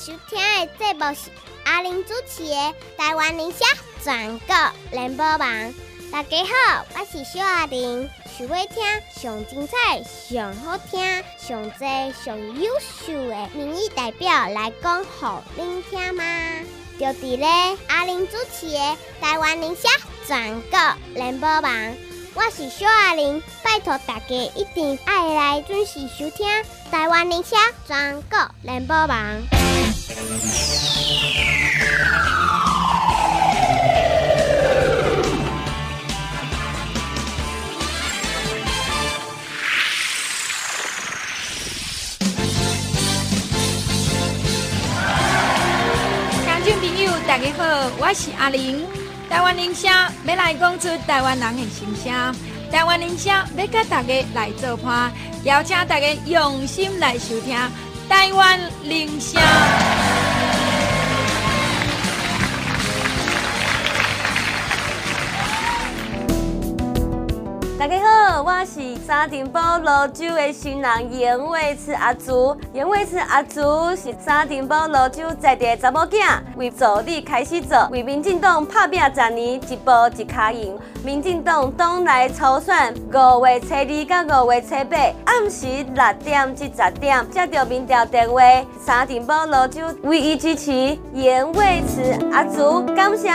收听的节目是阿玲主持的《台湾理想全国联播网》。大家好，我是小阿玲，想要听上精彩、上好听、上多、上优秀的民意代表来讲予恁听吗？就伫咧阿玲主持的《台湾理想全国联播网》。我是小阿玲，拜托大家一定要来准时收听台湾理想全国联播网。 乡亲朋友，大家好，我是阿玲。台湾人声要来讲出台湾人的心声，台湾人声要甲大家来做伴，邀请大家用心来收听台湾人声。 大家好，我是沙尘堡泸州的新人严伟慈阿竹。严伟慈阿竹是沙尘堡泸州在地查某囝，为助理开始做，为民进党拍拼10年，一步一脚印。民进党党内初选5月初2到5月初8，暗时6点至10点，接到民调电话，沙尘堡泸州唯一支持严伟慈阿竹，感谢。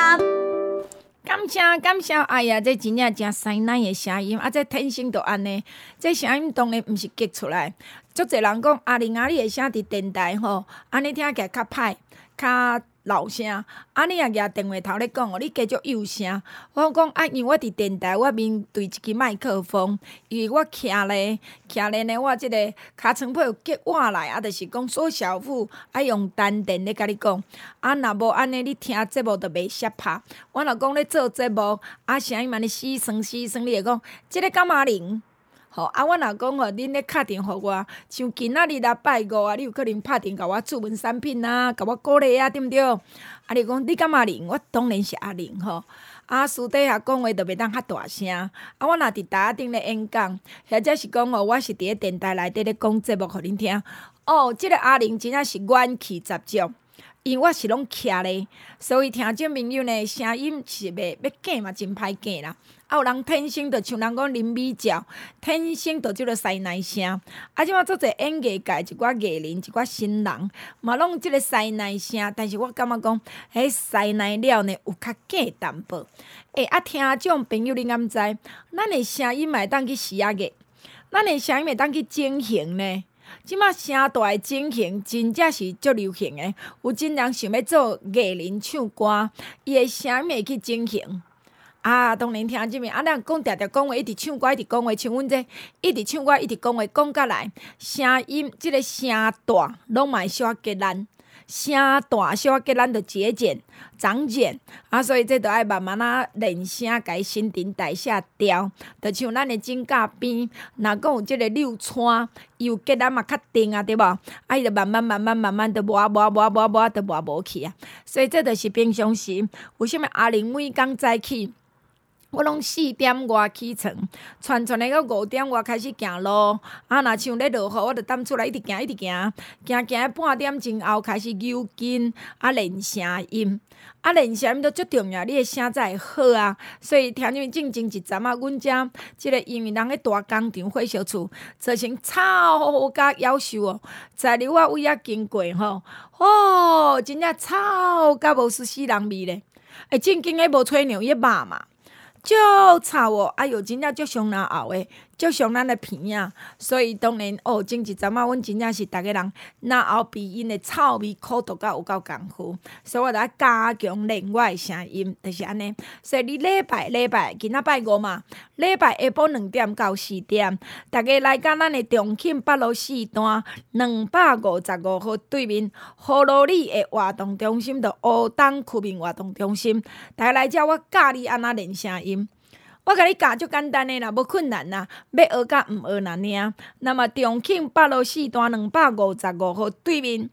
感谢！哎呀，这真正真犀利的声音，这天生就安尼。这声音当然毋是激出来。足侪人讲阿玲你的声伫电台吼，安尼听起来较歹，较老声。你也举电话头咧讲哦，你继续幼声。我讲因为我伫电台，我面对一支麦克风，因为我徛咧呢，我即个尻川皮有结活来，就是讲缩小腹，用丹田咧甲你讲。若无安尼，你听节目就袂适拍。我若讲咧做节目，声音安尼死酸，你会讲即个感阿玲。我若讲恁咧敲电互我，像今仔日拜5你有可能拍电甲我注文产品甲我鼓励对毋对？你讲你敢阿玲？我当然是阿玲私底下讲话就袂当较大声。我若伫台顶咧演讲，或者是讲我是伫咧电台内底咧讲节目互恁听。即个阿玲真正是元气十足。因为我是拢徛咧，所以听众朋友呢，声音是要假嘛，真歹假啦。有人天生就像人讲林美照，天生就即个西奶声。即马足侪演艺界一寡艺人、一寡新人，嘛拢即个西奶声。但是我感觉讲，迄西奶了呢，有较假淡薄。听众朋友，你敢知？咱的声音嘛会当去施压个，咱的声音会当去整形呢。即马声大的整形真正是足流行的，有真人想要做艺人唱歌，伊的声音会去整形。当然听即面，咱讲常常讲话，一直唱歌，一直讲话，像阮这一直唱歌，一直讲话，讲甲来，声音即个声大，拢嘛会小可咱。声大小可咱就节俭、长茧所以这都爱慢慢练声，甲伊新陈代谢调。就像咱的指甲边，若讲有即个溜川，伊有结咱嘛较定对无？伊就慢慢就磨，就磨无去啊。所以这就是平常时，为什么阿玲每工早起？我拢4点外起床，串到5点外开始行路。若像咧落雨，我就踮出来一直行，行半点钟后开始扭筋，练声音。练声音都足重要，你的声才会好啊。所以听你正一阵阮遮即个因为人咧大工厂火烧厝，造成臭甲夭寿在日我位遐经过真正臭甲无死人味咧。正经诶无吹牛伊肉嘛。足臭真正足伤人后诶，足伤咱诶鼻啊！所以当然前一阵阮真正是逐个人若后鼻音诶臭味苦毒甲有够功夫，所以我来加强练我诶声音，就是安尼。所以你礼拜今仔拜5嘛，礼拜下晡2点到4点，逐个来到咱诶重庆北路4段255号对面葫芦里诶活动中心，就乌东区民活动中心，逐个来遮我教你安怎练声音。我甲你教足简单诶啦，无困难啦，要学甲毋学难尔。那么重庆北路4段255号对面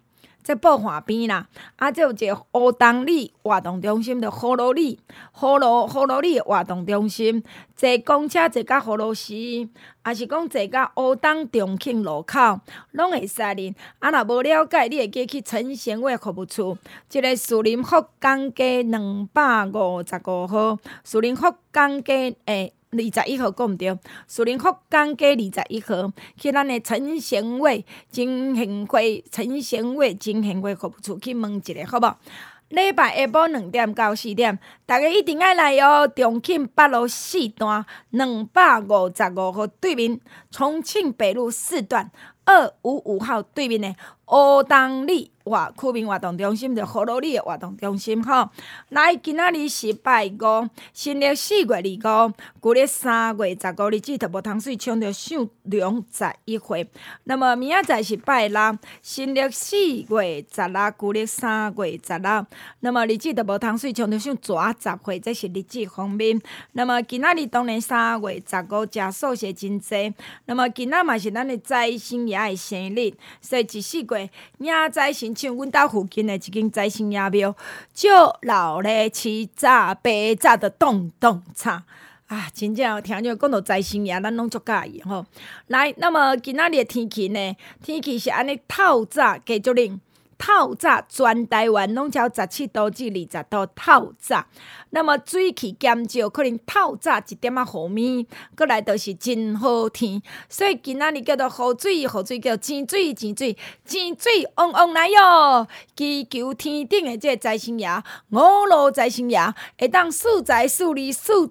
在布环边啦，这有一个乌东里活动中心，就葫芦里活动中心，坐公车坐到葫芦市，也是讲坐到乌东重庆路口，拢会使哩。若无了解，你会记去陈贤伟服务处，这个士林福港街255号，士林福港街21号讲毋对，士林福港街21号，去咱的陈贤伟金贤辉服务处去问一下，好无？礼拜下晡2点到4点，大家一定要来哦！重庆北路4段255号对面，重庆北路4段255号对面的乌东里区民活动中心，就葫芦里的活动中心吼。来，今仔日是拜五，新历4月25，旧历3月15日子，就无通水冲着上龙11岁。那么明仔载是拜六，新历4月16，旧历3月16。那么日子就无通水冲着上蛇10岁，这是日子方面。那么今仔日当然3月15食素食真济。那么今仔嘛是咱的财神爷的生日，所以14月迎财神像阮兜附近的一间财神爷庙，照老咧起早白早的咚咚唱啊！真正听着讲到财神爷，咱拢足介意吼。来，那么今仔日的天气呢？天气是安尼透早加足冷。透早全台湾拢超17度至20度透早，那么水汽减少，可能透早一点仔雨暝，过来就是真好天，所以今仔日叫做雨水叫钱水旺旺来哟！祈求天顶的这个财神爷，五路财神爷会当四财四利，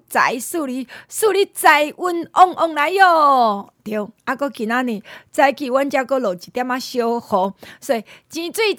财运旺旺来哟！对，搁今仔日早起阮遮搁落一点仔小雨，所以钱水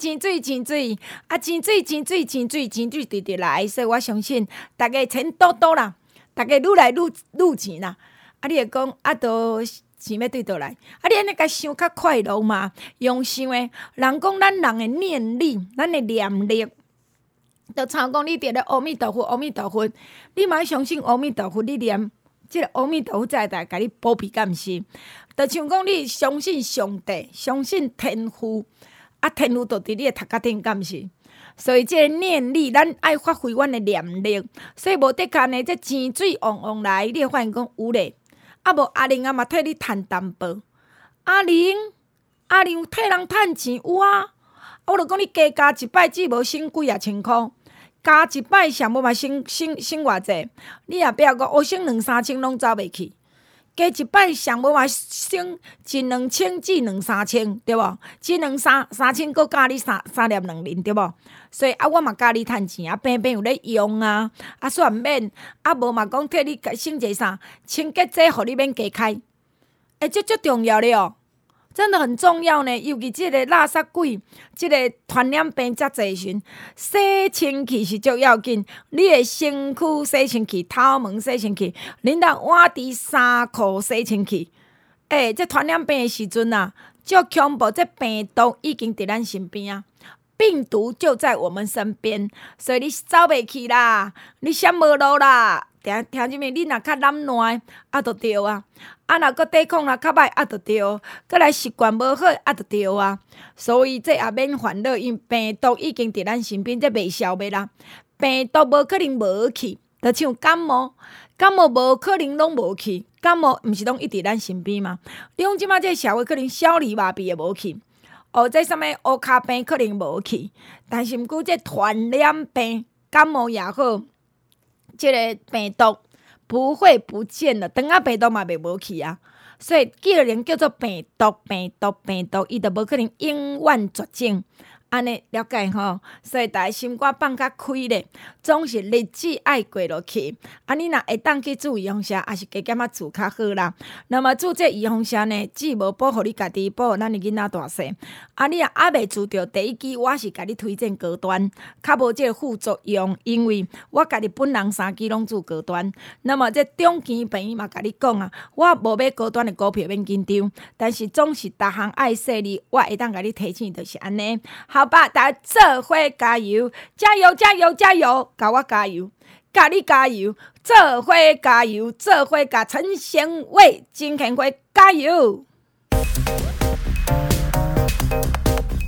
直直来，所以我相信大家钱多多啦，大家愈来愈钱啦。你会讲都钱要对倒来，你安尼甲想较快乐嘛？用想的，人讲咱人的念力，咱的念力，就像讲你伫咧阿弥陀佛，你嘛相信阿弥陀佛，你念。即个阿弥陀佛才会甲你保庇，敢毋是？就像讲你相信上帝，相信天父，天父就伫你的头壳顶，敢毋是？所以即个念力，咱爱发挥阮的念力。所以无得干呢，这钱水旺旺来，你会发现讲有咧。无阿玲嘛替你趁淡薄。阿玲替人趁钱有啊。我就讲你加一摆，只无省几啊千箍。加一摆上无嘛省偌济，你也不要讲，省2-3千拢走袂去。加一摆上无嘛省1-2千至2-3千，对无？只2-3千，搁加你3粒2厘，对无？所以我嘛加你趁钱平有咧用啊，煞免无嘛讲替你省一个清洁剂，互你免加开。这足重要了哦。真的很重要呢，尤其这个垃圾鬼，这个传染病遮济时，洗清气是足要紧。你的身躯洗清气，头毛洗清气，恁当碗池衫裤洗清气。这传染病的时阵啊，足恐怖，这病毒已经伫咱身边啊。病毒就在我们身边，所以你走袂去啦，你闪无路啦。听入面，你若较懒惰，就对啊。若搁抵抗较歹，就对。搁来习惯无好，就对啊。所以这也免烦恼，因病毒已经伫咱身边，这袂消灭啦。病毒无可能无去，就像感冒无可能拢无去。感冒毋是拢一直咱身边吗？你讲即马这社会可能小儿麻痹也无去。这啥物乌骹病可能无去，但是毋过这传染病感冒也好，这个病毒不会不见了，长啊病毒嘛袂无去啊，所以既然叫做病毒，伊就无可能永远绝种。安尼了解吼，所以大家心肝放较开咧，总是日子爱过落去。你若会当去住预防车，也是加减仔住较好啦。那么住这预防车呢，只无保护你家己，保护咱的囡仔大细。你若还袂住着第一支，我是甲你推荐高端，较无这个副作用，因为我家己本人3支拢住高端。那么这中期朋友嘛，甲你讲啊，我无买高端的股票免紧张，但是总是逐项爱说你，我会当甲你提醒，就是安尼。好吧，大家做伙加油，加油，甲我加油，甲你加油，做伙加油，做伙甲陈贤伟、金贤辉加油。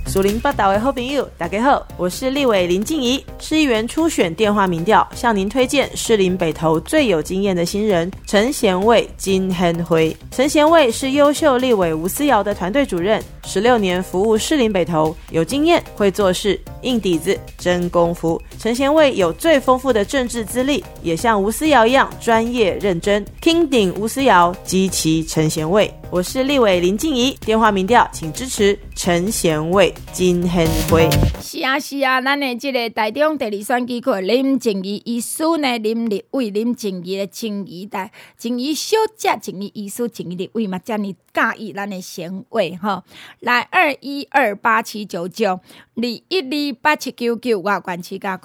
属林北岛的好朋友，大家好，我是立委林静怡。市议员初选电话民调，向您推荐士林北投最有经验的新人陈贤卫、金亨辉。陈贤卫是优秀立委吴思瑶的团队主任，16年服务士林北投，有经验，会做事，硬底子，真功夫。陈贤卫有最丰富的政治资历，也像吴思瑶一样专业认真。听顶吴思瑶，击旗陈贤卫。我是立委林静怡，电话民调，请支持陈贤卫、金亨辉。 是啊，咱的这个台中第2选区区林静怡医师呢，林立委林静怡的静怡台，静怡小姐，静怡医师，静怡立委嘛，遮尔介意咱的贤卫吼。来2128799，2128799外县市加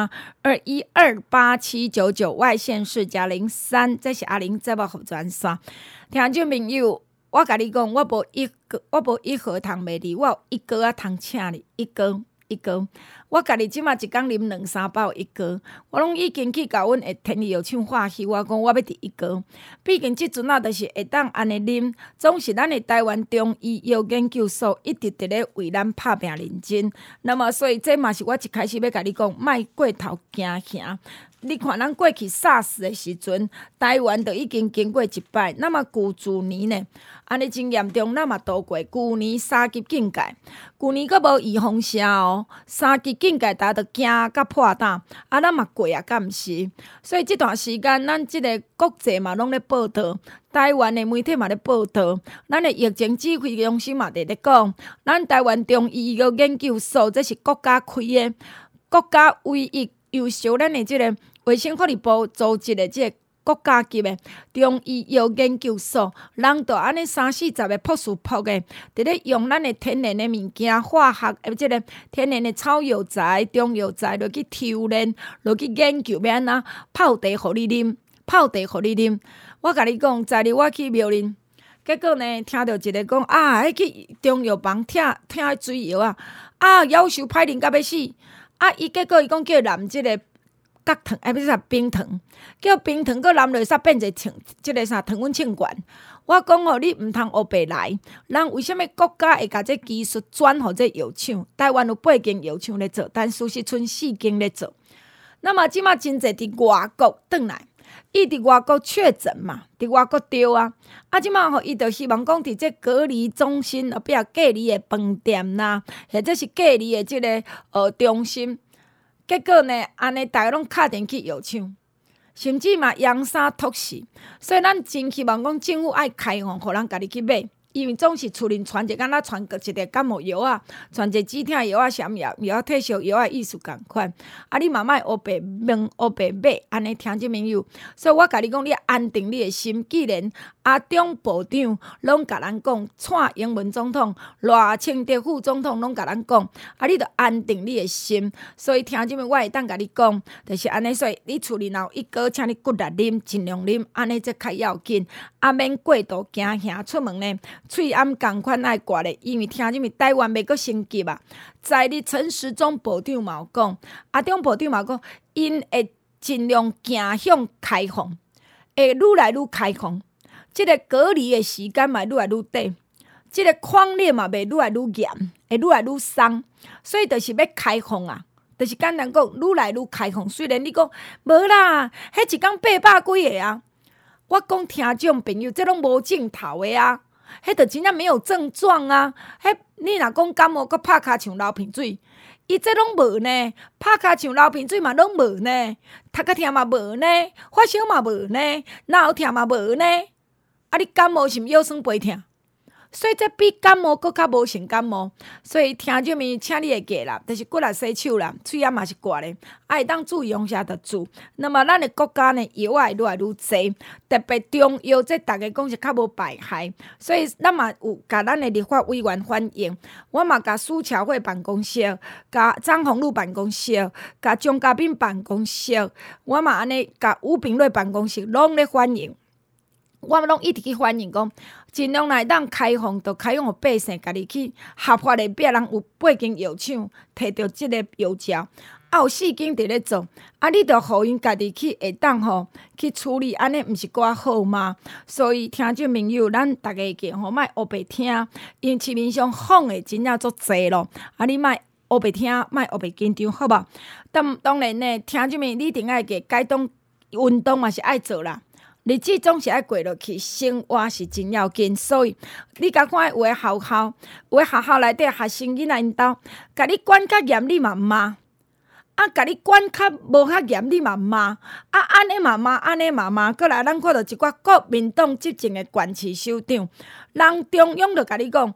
03，2128799外县市加03，这是阿玲节目服专线。听众朋友，我甲你讲，我无一盒通卖你，我有一哥啊通请你，一哥。我家己即马一工啉2-3包一哥，我拢已经去甲阮的天理药厂化气，我讲我要伫一哥。毕竟即阵啊，就是会当安尼啉，总是咱的台湾中医药研究所一直伫咧为咱拍拼认真。那么，所以这嘛是我一开始要甲你讲，莫过头惊吓。你看，咱过去 SARS 的时阵，台湾就已经经过一摆。那么去年呢，安尼真严重，咱嘛度过。去年3级警戒，去年阁无预防针哦，3级警戒大家都惊甲破胆，咱嘛过啊，敢毋是？所以这段时间，咱即个国际嘛拢咧报道，台湾的媒体嘛咧报道，咱的疫情指挥中心嘛伫咧讲，咱台湾中医药研究所这是国家开的，国家唯一优秀咱的即个卫生福利部组织的即个国家级的中医药研究所，人就安尼30-40个博士博的，伫咧用咱的天然的物件、化学即个天然的草药材、中药材落去抽炼，落去研究要安怎泡茶互你啉，我甲你讲，昨日我去庙林，结果呢，听到一个讲迄去中药房听水药夭寿歹啉到要死，伊结果伊讲叫染即个角糖，不是冰糖，叫冰糖，佮染落煞变成即个糖分秤管。我讲你毋通黑白来，咱为什么国家会甲这技术转互这药厂？台湾有8间药厂咧做，但事实剩4间咧做。那么即马真侪伫外国转来，伊伫外国确诊嘛，伫外国丢啊。即马伊就希望讲伫这隔离中心后壁隔离的饭店啦，或者是隔离的即个中心。结果呢，安尼大家拢敲电去药厂，甚至嘛扬沙托死，所以咱真希望讲政府爱开放，互人家己去买，因为总是厝里传一敢若传一个感冒药传一个止痛药啥物药退烧药意思共款。你嘛莫黑白问黑白买，安尼听即朋友。所以我甲你讲，你安定你的心。既然中部长拢甲咱讲，蔡英文总统、赖清德副总统拢甲咱讲，你着安定你的心。所以听即么，我会当甲你讲，就是安尼。所以你厝里若有一哥，请你骨力啉，尽量啉，安尼则较要紧，免过度惊吓。出门呢，喙暗共款爱刮咧，因为听即么台湾袂阁升级啊。在日陈时中部长嘛有讲，中部长嘛讲，因会尽量行向开放，会愈来愈开放。即个隔离的时间嘛愈来愈短，即个框列嘛袂愈来愈严，会愈来愈松，所以就是要开放啊，就是简单讲愈来愈开放。虽然你讲无啦，迄一工800几个啊，我讲听众朋友，这拢无镜头的啊，迄就真正没有症状啊，迄你若讲感冒，佮拍骹像流鼻水。伊这拢无呢，拍骹像流鼻水嘛拢无呢，头壳痛嘛无呢，发烧嘛无呢，脑痛嘛无呢。你感冒是毋腰酸背痛？所以这比感冒搁较无像感冒。所以听众们，请你会记啦，就是骨力洗手啦，喙也嘛是刮咧，会当注意用啥就注。那么咱的国家呢，药会愈来愈济，特别中药，这大家讲是较无败害。所以咱嘛有甲咱的立法委员反映，我嘛甲苏巧慧办公室、甲张宏禄办公室、甲钟嘉宾办公室，我嘛安尼甲吴秉瑞办公室拢咧反映。我拢一直去反映讲，尽量来当开放，就开放互百姓家己去合法的，别人有8间药厂摕到即个药胶。 有4间伫咧做，你着互因家己去会当去处理，安尼毋是搁较好吗？所以听众朋友，咱逐个个莫黑白听，因市面上仿的真正足济咯，你莫黑白听，莫黑白紧张，好无？当然呢，听众朋友你一定爱个解冻运动嘛是爱做啦。日子总是爱过落去，生活是真要紧，所以你甲看有诶学校内底学生囡仔因兜，甲你管较严，你嘛骂；甲你管较无较严，你嘛骂。安尼嘛骂，安尼嘛骂。过来，咱看到一寡国民党执政诶县市首长，人中央就甲你讲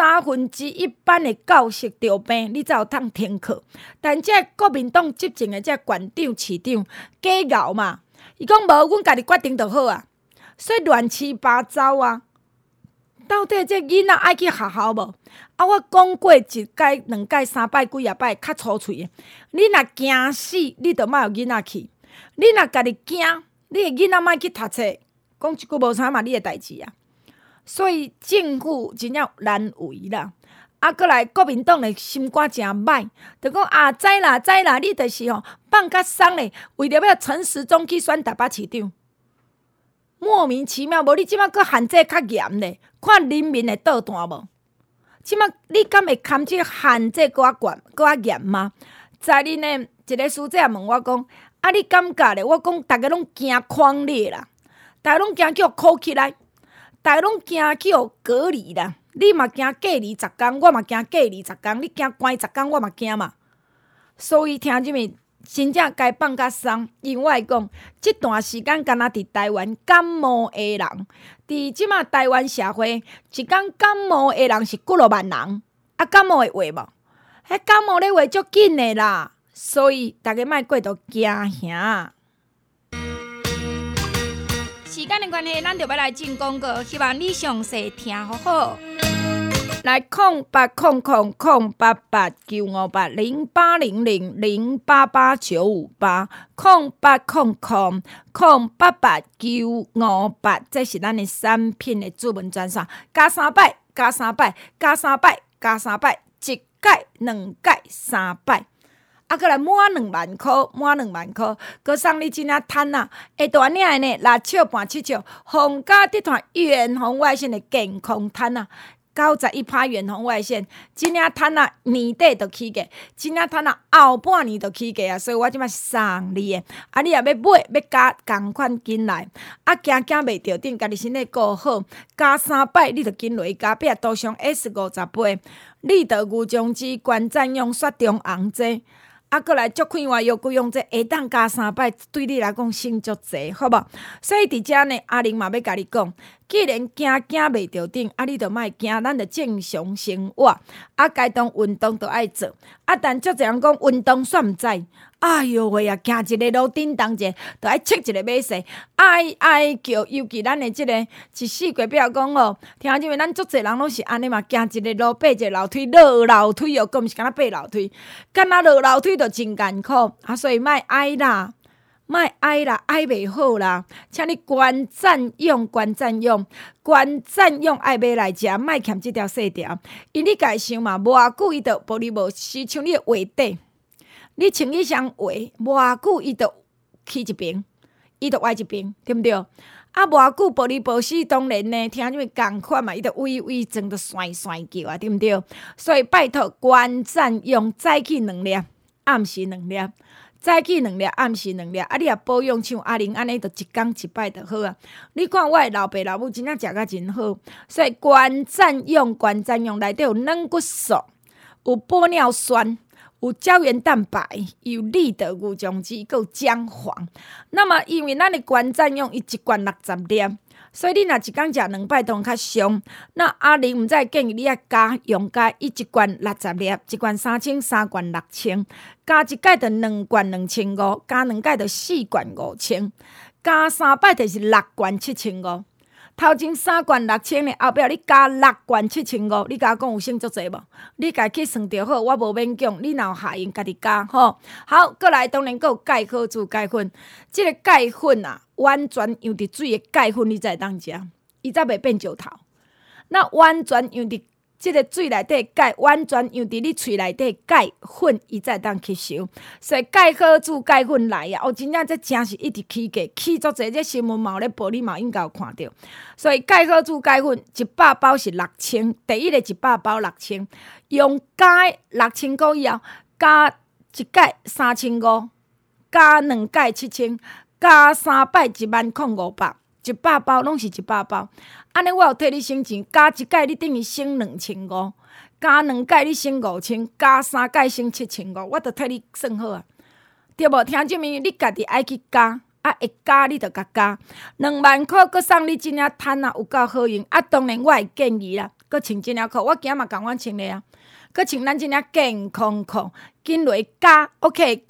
1/3班诶教室着病，你才有通停课。但这国民党执政诶这县长、市长假熬嘛。伊讲无，阮家己决定就好啊，所以乱七八糟啊！到底这囡仔爱去学校无？我讲过1届、2届、3摆、几啊摆，较粗脆的。你若惊死，你就莫有囡仔去；你若家己惊，你的囡仔莫去读册。讲一句无啥嘛，你的代志啊。所以政府真正难为啦。过来国民党的心肝真歹，就讲知啦，你就是放较松咧，为着要陈时中去选台北市长，莫名其妙。无你即摆佫限制较严咧，看人民会倒弹无？即摆你敢会堪这限制佫较严吗？昨日呢，一个师姐问我讲，你感觉咧？我讲大家拢惊狂烈啦，大家拢惊叫扣起来，大家拢惊叫隔离啦。你嘛惊隔离10天，我嘛惊隔离10天，你惊关10天，我嘛惊嘛。所以听众们真正该放较松，因为我会讲，这段时间敢若伫台湾感冒的人，伫即马台湾社会，一天感冒的人是几落万人，感冒会话无？迄感冒咧话足紧的啦，所以大家莫过度惊吓。时间的关系，咱就要来进广告，希望你详细听好好。来0800-088-958，0800-088-958，这是咱的产品的主文专线，加3摆，加3摆，加3摆，加3摆，1届、2届、3摆。过来满2万块，满2万块，佮送你真正趁啊！会大领的呢，6笑半7笑，皇家集团远红外线的健康趁啊！91%远红外线，真正趁啊！年底就起价，真正趁啊！后半年就起价啊！所以我即摆送你的，你也要买，要加同款紧来，惊袂着顶，家己身体顾好，加3摆你就紧落去加，壁多上 S50杯，立德牛姜汁关占用雪中红剂。过来足快活又贵用这下当加3摆，对你来讲省足济，好无？所以伫遮呢，阿玲嘛要甲你讲，既然惊袂着顶，你就莫惊，咱就正常生活，该当运动就爱做，但足侪人讲运动煞毋知，哎哟喂啊，行一个路叮当者，就爱切一个马势，ai叫，尤其咱的即个一四过表讲听见没？咱足侪人拢是安尼嘛，行一个路爬一个楼梯，落楼梯又毋是敢若爬楼梯，敢若落楼梯就真艰苦所以莫爱啦，爱袂好啦，请你关占用，爱买来食，莫欠即条细条，因你家想嘛，偌久伊就无你无时像你的鞋底。你穿一双鞋，偌久伊就起一边，伊就歪一边，对毋对？偌久保你保湿，当然呢，听什么共款嘛，伊就微整就酸叫啊，对毋对？所以拜托，关占用早起2粒，暗时2粒，早起2粒，暗时2粒。你也保养像阿玲安尼，就1天1摆就好啊。你看我的老爸老母真正食甲真好，所以关占用内底有软骨素，有玻尿酸。有胶原蛋白，有立德牛姜汁，还有姜黄。那么，因为咱的关占用，伊1罐60粒，所以你若1天食2摆，当较伤。那阿玲毋知建议你用加伊1罐60粒，1罐3000，3罐6000，加1届就2罐2500，加2届就4罐5000，加3摆就是6罐7500。头前3罐6000的，后壁你加6罐7500，你甲我讲有省足济无？你家去算着好，我无勉强，你若有下用，家己加吼。好，过来当然还有钙好处钙粉，即个钙粉啊，完全用伫水的钙粉，你才会当食，伊才袂变石头。那完全用伫即个水内底钙完全用伫你喙内底钙粉，伊才当吸收。所以钙好煮钙粉来啊！真正这真是一直起价，起足济。这新闻嘛有咧报，你嘛应该有看到。所以钙好煮钙粉100包是6000，第一个100包6000，用加6000块以后，加一钙3500，加2钙7000，加3摆10500，100包拢是100包。安尼我有替你省钱，加一钙你等于省2500，加2钙你省5000，加3钙省7500，我著替你算好啊，对无？听证明你家己爱去加，会加你著甲加，2万块佮送你真正趁啊，有够好用啊！当然我会建议啦，佮穿真正裤，我今嘛共阮穿咧啊，佮穿咱真正健康裤，紧落加 OK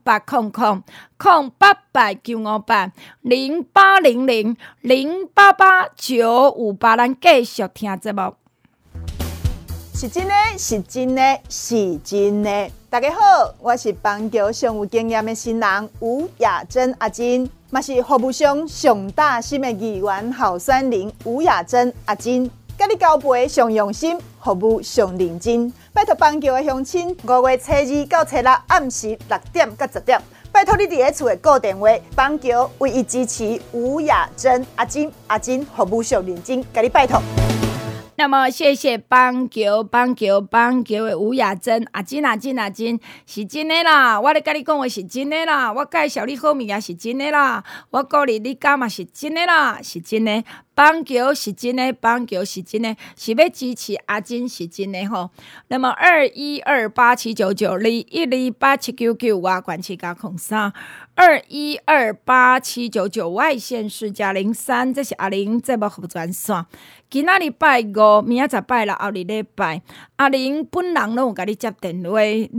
0800-0800-0888-088958，咱继续听节目。 是真的，是真的，是真的。大家好，我是邦桥上有经验的新人吴雅珍阿珍，嘛是服务上上大心的议员候选人吴雅珍阿珍，甲你交陪上用心，服务上认真。拜托邦桥的乡亲，5月初2到初6暗时6点到10点，拜托你伫咧厝的固定话，邦桥唯一支持吴雅珍阿珍，阿珍服务上认真，甲你拜托。 那么谢谢邦桥的吴雅珍阿珍是真的啦，我咧甲你讲话是真的啦，我介绍你好物件是真的啦，我鼓励你加嘛是真的啦，是真的。邦桥是真的，邦桥是真的，是要支持阿珍是真的吼。那么21287992128799外管区加0321287999外县市加03，这是阿玲节目服务专线。今仔日拜5，明仔载拜6，后日礼拜，阿玲本人拢有甲你接电话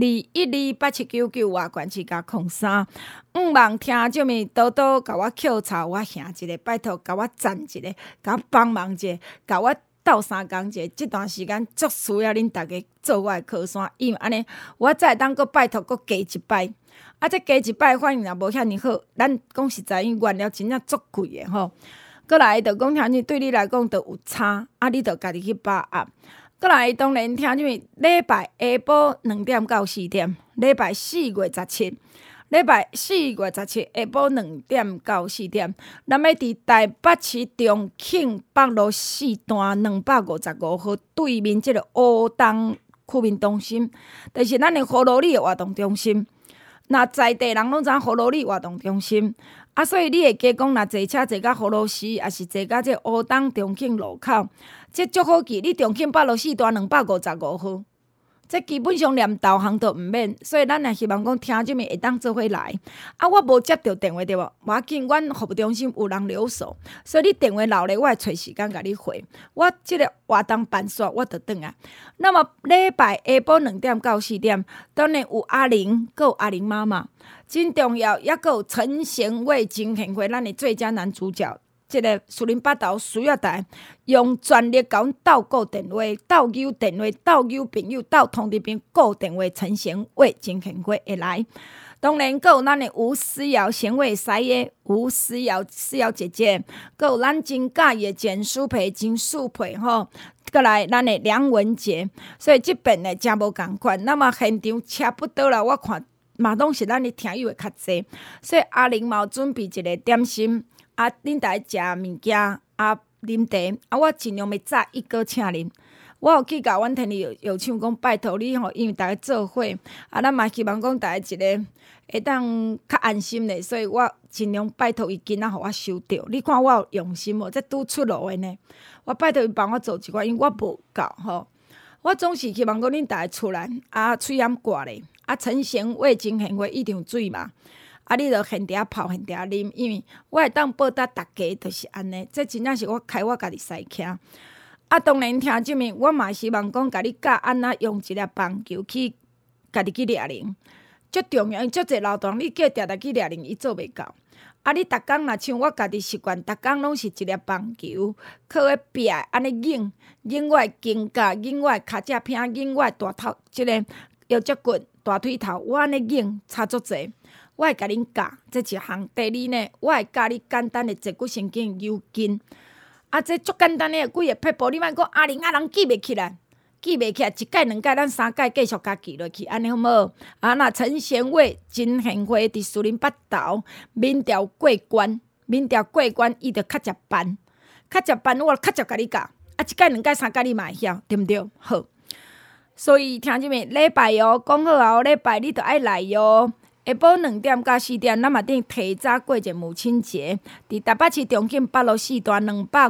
，21287999外管区加03。望听这么多多甲我扣槽，我兄一个，拜托甲我赞一个，甲我帮忙一下，甲我斗3工一下。这段时间足需要恁大家做我的靠山，因为安尼我才会当搁拜托搁加一摆。啊，这加一摆反应也无遐尼好，咱讲实在，因原料真正足贵的吼。过来就讲听对你来讲就有差，啊，你就家己去把握。过来当然听礼拜下晡2点到4点，礼拜4月17。礼拜4月17下晡2点到4点，咱要伫台北市中庆北路4段255号对面即个乌东区民中心，就是咱的葫芦里的活动中心。那在地人拢知影葫芦里活动中心，啊，所以你会加讲，若坐车坐到葫芦市，也是坐到这乌东中庆路口，这足好记。你中庆北路4段255号。这基本上连导航都毋免，所以咱也希望讲听这么会当做伙来。啊，我无接到电话对无？无要紧，阮服务中心有人留守，所以你电话留咧，我会找时间甲你回。我即个活动办煞，我就转啊。那么礼拜下晡2点到4点，当然有阿玲，佮有阿玲妈妈，真重要，也佮有陈贤伟、金贤辉，咱的最佳男主角。这个树林八斗需要台用全力甲阮斗固电话、斗友电话、斗友朋友、斗同志朋固电话，陈贤伟、金贤辉会来。当然，佮有咱的吴思瑶、贤伟师爷、吴思瑶姐姐，佮有咱真介意的简淑培、金淑培吼，佮来咱的梁文杰。所以这边呢真无共款。那么现场差不多啦，我看嘛拢是咱的听友会较济，所以阿玲嘛有准备一个点心。啊，恁大家食物件，啊，啉茶，啊，我尽量要早一个请恁。我有去甲阮天里有唱讲，拜托你吼，因为大家做伙，啊，咱嘛希望讲大家一个会当较安心咧，所以我尽量拜托伊今仔互我收着。你看我有用心无？这拄出炉的呢，我拜托伊帮我做一寡，因为我无够吼。我总是希望讲恁大家出来，啊，喙掩挂咧，啊，陈贤伟、金贤辉一定有水嘛。啊！你著现地泡，现地啉，因为我会当报答大家，就是安尼。这真正是我开我家己西徛。啊，当然听即面，我嘛希望讲，甲你教安怎用一粒棒球去，家己去掠铃，足重要。因足侪老大人，你叫定定去掠铃，伊做袂到。啊，你逐工若像我家己习惯，逐工拢是一粒棒球，靠迄壁安尼拧我的肩胛，拧我的骹脊片，拧我的大头，即个腰脊骨、大腿头，我安尼拧差足侪。我会甲恁教，这一项。第二呢，我会教你简单的坐骨神经扭筋。啊，这足简单的几个撇步，你莫讲阿玲人记袂起来， 记袂起来，一届两届，咱3届继续甲记落去，安尼好无？那陈贤伟、金贤辉伫士林北投民调过关，伊就较接班，我较接甲你教，一届两届3届你嘛会晓，对毋对？好，所以听姐妹，礼拜讲好后礼拜你就爱来哟。下晡2点到4点，咱嘛顶提早过一个母亲节，伫台北市中心北路4段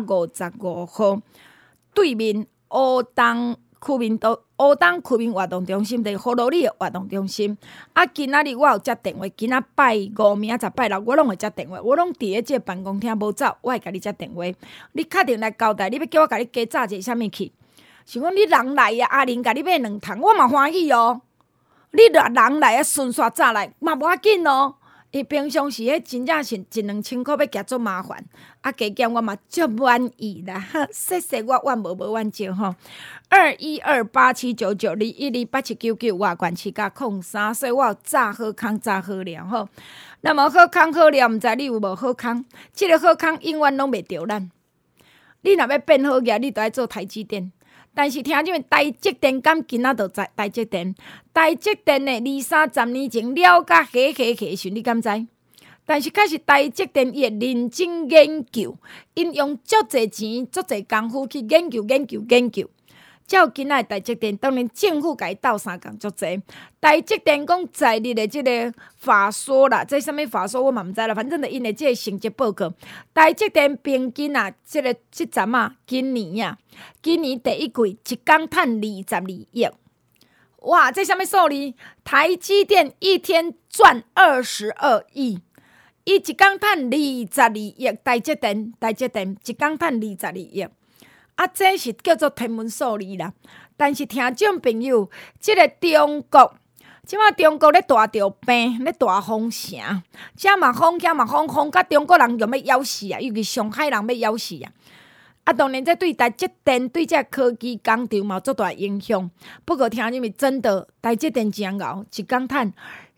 255号对面乌东区民活动中心，伫葫芦里的活动中心。今仔日我有接电话，今仔拜5，明仔拜6，我拢会接电话，我拢伫咧即个办公厅无走，我会甲你接电话。你确定来交代，你要叫我甲你加炸一个啥物去？想讲你人来啊，阿玲甲你买2桶，我嘛欢喜哦。你若人来啊，顺续炸来嘛无要紧哦。伊平常时迄真正是1-2千箍要夹足麻烦，加减我嘛足满意啦。谢谢我无怨少吼。21287992128799外关市甲03，所以我有炸好康炸好料吼。那么好康好料，毋知你有无好康？即个好康永远拢袂着咱。你若要变好业，你就要做台积电。但是听种台积电敢今仔就知台积电的20-30年前了甲下时，你敢知？但是确实台积电伊会认真研究，因用足侪钱、足侪功夫去研究。才有今仔的台积电，当然政府甲伊斗相共足侪。台积电讲在日的即个法说啦，这啥物法说我嘛毋知啦，反正就因的即个成绩报告，台积电平均啊，即阵啊，今年第一季一工趁22亿。哇，这啥物数字？台积电一天赚22亿，伊一工趁22亿，台积电一工趁22亿。这是叫做天文数字啦。但是听众朋友，即个中国，即马中国咧大着病，咧大封城，遮嘛封，甲中国人就要枵死啊！尤其上海人要枵死啊！当然，这对台积电对这科技工厂嘛有足大影响。不过听你们真的，台积电真熬，一工趁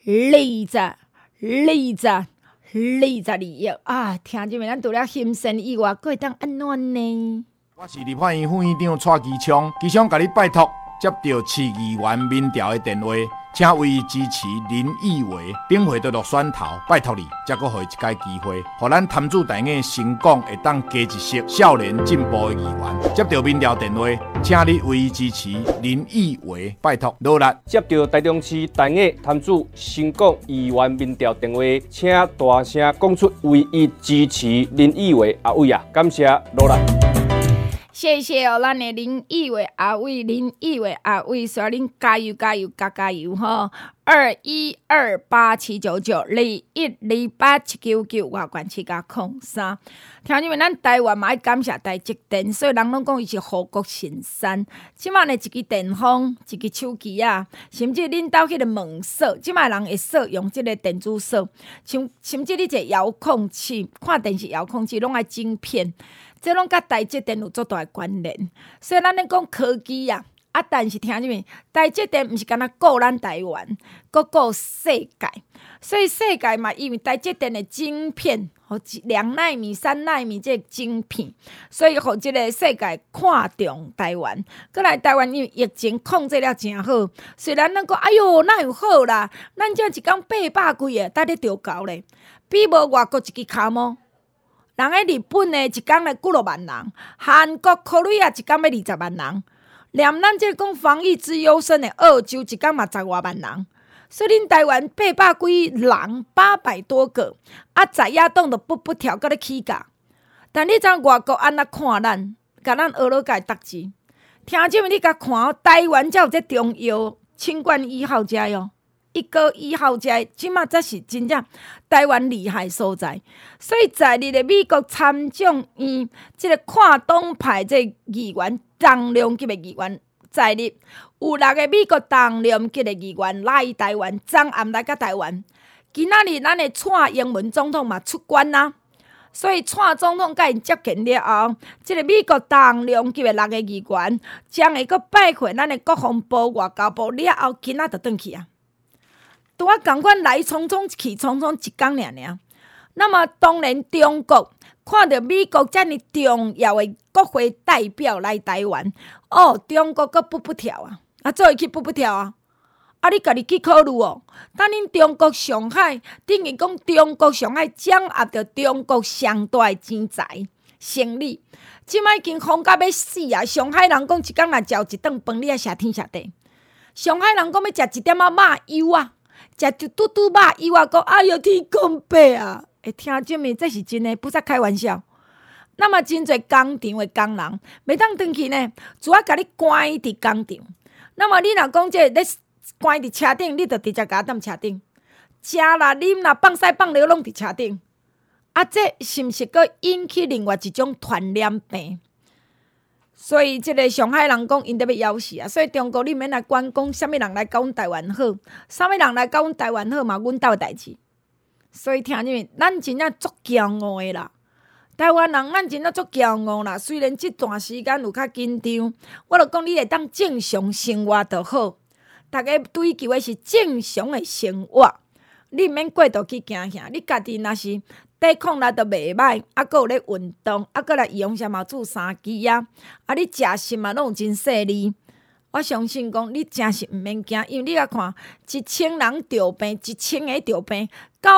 22亿啊！听你们，咱除了心神以外，佫会当安怎呢？ 我是立法院副院长蔡其昌，其昌甲你拜托接到市议员民调的电话，请为支持林义伟顶回得落选头，拜托你，才阁互伊一届机会，互咱潭子大雅成功会当加一席少年进步的议员。接到民调电话，请你为伊支持林义伟，拜托努力。 接到台中市大雅潭子成功议员民调电话，请大声讲出为伊支持林义伟阿伟啊！感谢努力。 谢谢咱的林义伟阿伟，所以恁加油吼！21287992128799外关市甲03。听你们，咱台湾嘛爱感谢台积电，所以人拢讲伊是护国神山。即马呢，一支电风，一支手机啊，甚至恁兜迄个门锁，即马人会锁用即个电子锁，甚至你一个遥控器，看电视遥控器拢爱晶片。这拢甲台积电有足大关联，所以咱咧讲科技啊，但是听你们，台积电毋是干那顾咱台湾，阁顾世界，所以世界嘛，因为台积电的晶片，和2奈米、3奈米这晶片，所以互即个世界看重台湾。搁来台湾因为疫情控制了真好，虽然咱讲哎哟，哪有好啦？咱这一工800几个，搭咧着高咧，比无外国一支卡模。人喺日本呢，一工来几落万人；韩国、Korea 一工要20万人。连咱这讲防疫之优胜的澳洲，一工嘛10外万人。所以恁台湾800几人，800多个，在野党都不调，搁咧起价。但你知外国安那看咱，甲咱俄罗甲搭志。听这么你甲看，台湾才有这中药清冠1号遮哟。1个1号遮，即马才是真正台湾厉害所在。所以在日的美国参众院，即个看党派这议员，重量级的议员在日有6个美国重量级的议员来台湾，昨暗来甲台湾。今仔日咱的蔡英文总统嘛出关啦，所以蔡总统甲因接见了后，即个美国重量级的6个议员将会阁拜会咱的国防部、外交部了后，今仔就转去啊。拄啊，共款来匆匆去匆匆，一工尔。 那么当然中国看到美国这么重要的国会代表来台湾，中国阁不跳啊，做会去不跳啊？你家己去考虑哦。等恁中国上海，等于讲中国上海掌握着中国上大的钱财生理，即摆已经疯到要死啊！上海人讲一工若食一顿饭，你爱谢天谢地。上海人讲要食一点肉油啊，食一嘟嘟肉油啊，讲哎哟天公伯啊！会听这么这是真的，不是开玩笑。那么真侪工厂的工人，袂当转去呢，主要甲你关伫工厂。那么你若讲这咧关伫车顶，你就直接甲踮车顶，食啦、啉啦、放屎放尿拢伫车顶。这是毋是阁引起另外一种传染病？所以即个上海人讲，因得要枵死啊！所以中国你免来管讲，啥物人来甲阮台湾好，啥物人来甲阮台湾好嘛，阮兜代志。所以听你，咱真正足骄傲的啦。台湾人，咱真正足骄傲啦。虽然这段时间有较紧张，我著讲你会当正常生活就好。大家追求的是正常的生活，你毋免过度去惊吓。你家己若是抵抗力都袂歹，阁有咧运动，阁来用啥嘛煮三支啊！你食食嘛拢有真细腻。我相信讲你真是毋免惊，因为你来看，1000人着病，1000个着病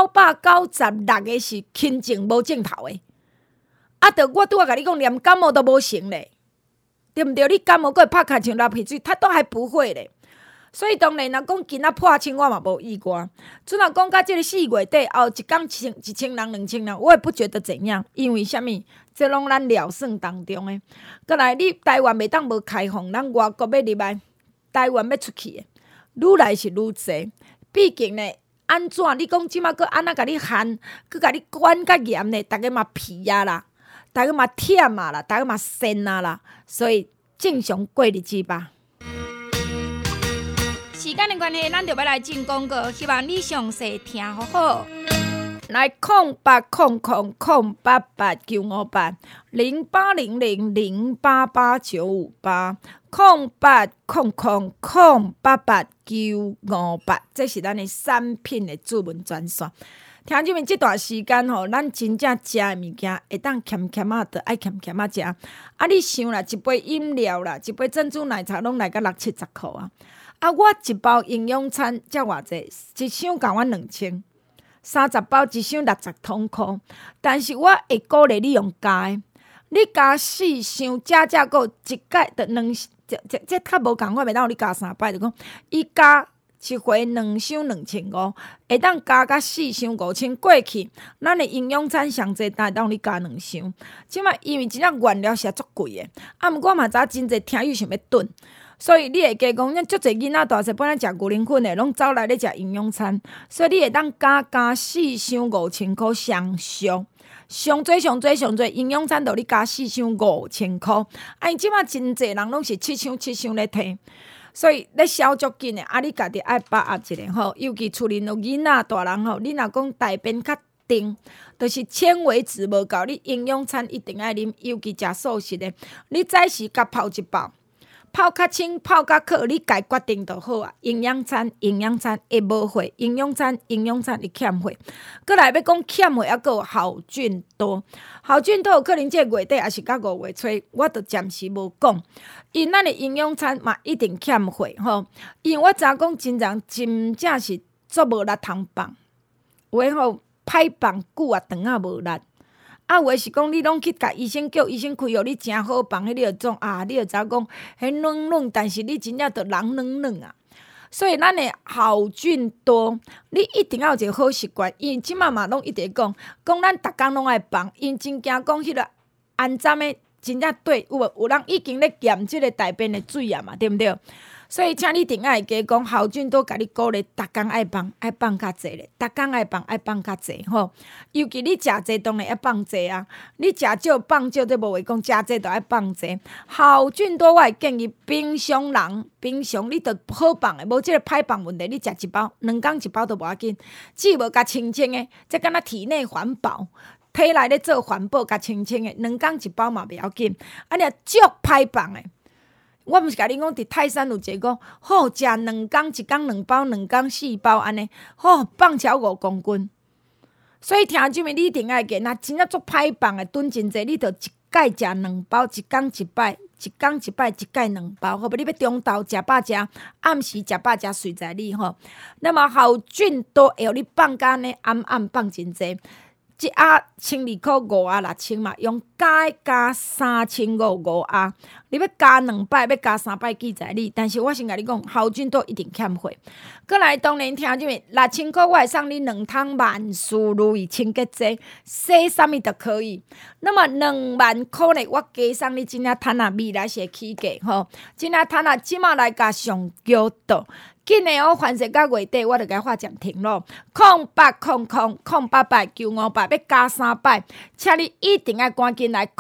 ，996个是轻症无症头的。我拄仔甲你讲，连感冒都无成咧，对毋对？你感冒阁会拍卡像流鼻水，他都还不会咧。所以当然，若讲今仔破千，我嘛无意外。阵若讲到即个4月底后，一工1000人、2000人，我也不觉得怎样，因为虾米？这拢咱料算当中的。过来，你台湾袂当无开放，咱外国要入来，台湾要出去的，愈来是愈侪。毕竟呢，安怎？你讲即马阁安怎甲你限，阁甲你管较严呢？大家嘛皮啊啦，大家嘛忝啊啦，大家嘛辛啊啦，所以正常过日子吧。时间的关系，咱就要来进广告，希望你详细听好好。来08000889580800088898，这是咱的产品的主文专线。听众们，这段时间咱真正食的物件会当欠欠啊，就爱欠欠啊食。你想啦，一杯饮料啦，一杯珍珠奶茶拢来到60-70块啊！我一包营养餐才偌济，一箱共我2000，30包一箱60通块。但是我会鼓励你用加的，你加4箱，加个一摆就2，这较无共款，袂当你加3摆，就讲伊加一回2箱2500，会当加到4箱5000过去。咱的营养餐上济，会当你加2箱。即摆因为真正原料是足贵的，毋过嘛知真济听友想要囤。所以你会加讲，足侪囡仔大细本来食牛奶粉的，拢走来咧食营养餐，所以你会当加4箱5000块上俗，上最营养餐，就你加4箱5000块。因即马真侪人拢是7箱咧摕，所以咧销足紧的。你家己爱把握一下吼，尤其厝里有囡仔大人吼，你若讲大便较重，就是纤维质无够，你营养餐一定爱啉，尤其食素食的，你早时甲泡一包。泡较清，泡较渴，你家决定就好啊。营养餐会无货，营养餐会欠货。过来要讲欠货，还佫有好菌多，好菌多有可能这月底也是到5月初，我就暂时无讲。因咱的营养餐嘛一定欠货吼，因为我昨讲真正是足无力通放，有诶吼歹放久啊，肠仔无力。有诶是讲你拢去甲医生叫医生开药，你真好放，迄你就种你就知讲迄软，但是你真正就人软啊。所以咱诶好菌多，你一定要有一个好习惯。因为即马嘛拢一直讲咱逐工拢爱放，因真惊讲迄个安怎诶真正对有人已经咧验即个大便诶水啊嘛，对毋对？所以请你一定爱加讲好菌都甲你鼓励，逐工爱放较济咧，逐工爱放较济吼。尤其你食济当然要放济啊，你食少放少，这无话讲，食济就爱放济。好菌多，我会建议平常你着好放诶，无即个歹放问题，你食一包，2工一包都无要紧，只无甲清诶，这敢若体内环保。体内咧做环保，甲清诶，2工一包嘛袂要紧。你足歹放诶。我毋是甲你讲，伫泰山有一个讲，好食2工，1工2包，2工4包安尼，放超5公斤。 所以听即面你一定爱记，若真正足歹放的炖真济，你着一盖食2包，一天一摆，一天一摆，一盖2包，好无？你要中昼食饱食，暗时食饱食，随在你吼。那么好菌都会互你放甲呢，暗放真济。一盒12块5盒6000嘛，用加3500盒。你要加2摆，要加3摆，记在你。但是我先甲你讲，好菌都一定欠费。过来，当然听即面6000块，我会送你2桶万事如意清洁剂，洗啥物都可以。那么2万块呢，我加送你真正摊仔未来是起价吼，真正摊仔即马来甲上叫到。紧的哦，凡是到月底，我就甲发暂停咯。080008009500，要加3摆，请你一定要赶紧来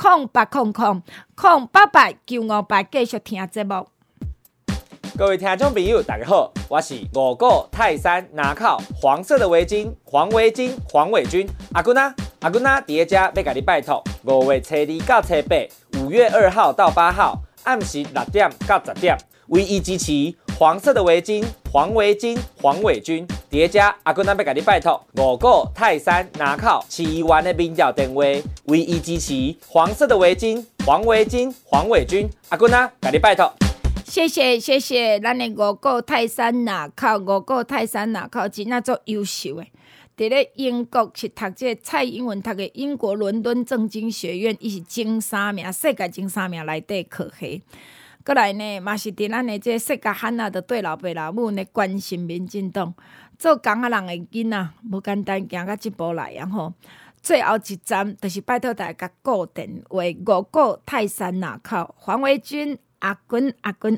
080008009500，继续听节目。 各位听众朋友，大家好，我是五股泰山拿靠黄色的围巾黄围巾黄伟军阿君啊，伫咧遮要甲你拜托，5月初2到初8，5月2号到8号，暗时6点到10点，唯一支持黄色的围巾黄围巾黄伟军，伫咧遮阿君啊要甲你拜托5股泰山拿靠市议员的民调电话，唯一支持黄色的围巾黄围巾黄伟军，阿君啊甲你拜托。 谢谢，咱的5股泰山拿靠，5股泰山拿靠真正足优秀的。伫咧英国是读这蔡英文读的英国伦敦政经学院，伊是前3名，世界前3名内底科系。过来呢，嘛是伫咱的这世界罕啊，着对老爸老母呢关心民进党，做工仔人的囡仔无简单，行到即步来啊吼。最后一站就是拜托大家固定为5股泰山拿靠黄维军阿君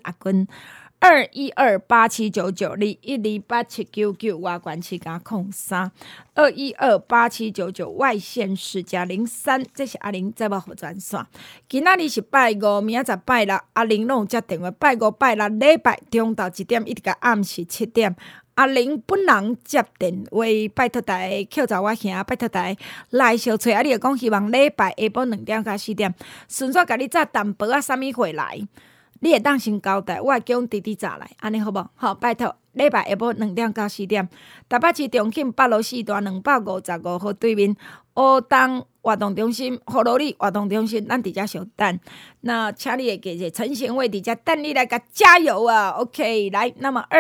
212879921287999外关市加03，2128799外县市加03，这是阿玲节目服专线。今仔日是拜5，明仔载拜6，阿玲拢有接电话。拜5、拜6礼拜中昼1点一直到暗时7点。阿玲本人接电话，拜托大家扣查我兄，拜托大家来小找啊！你就讲希望礼拜下晡2点到4点，顺续甲你炸淡薄啊，啥物会来？你会当先交代，我会叫阮弟弟早来，安尼好无？好，拜托，礼拜下晡2点到4点，台北市中庆8路4段255号对面，乌东活动中心，葫芦里活动中心，咱伫遮相等。那请你会记者陈贤伟伫遮等你来甲加油啊 ！OK， 来，那么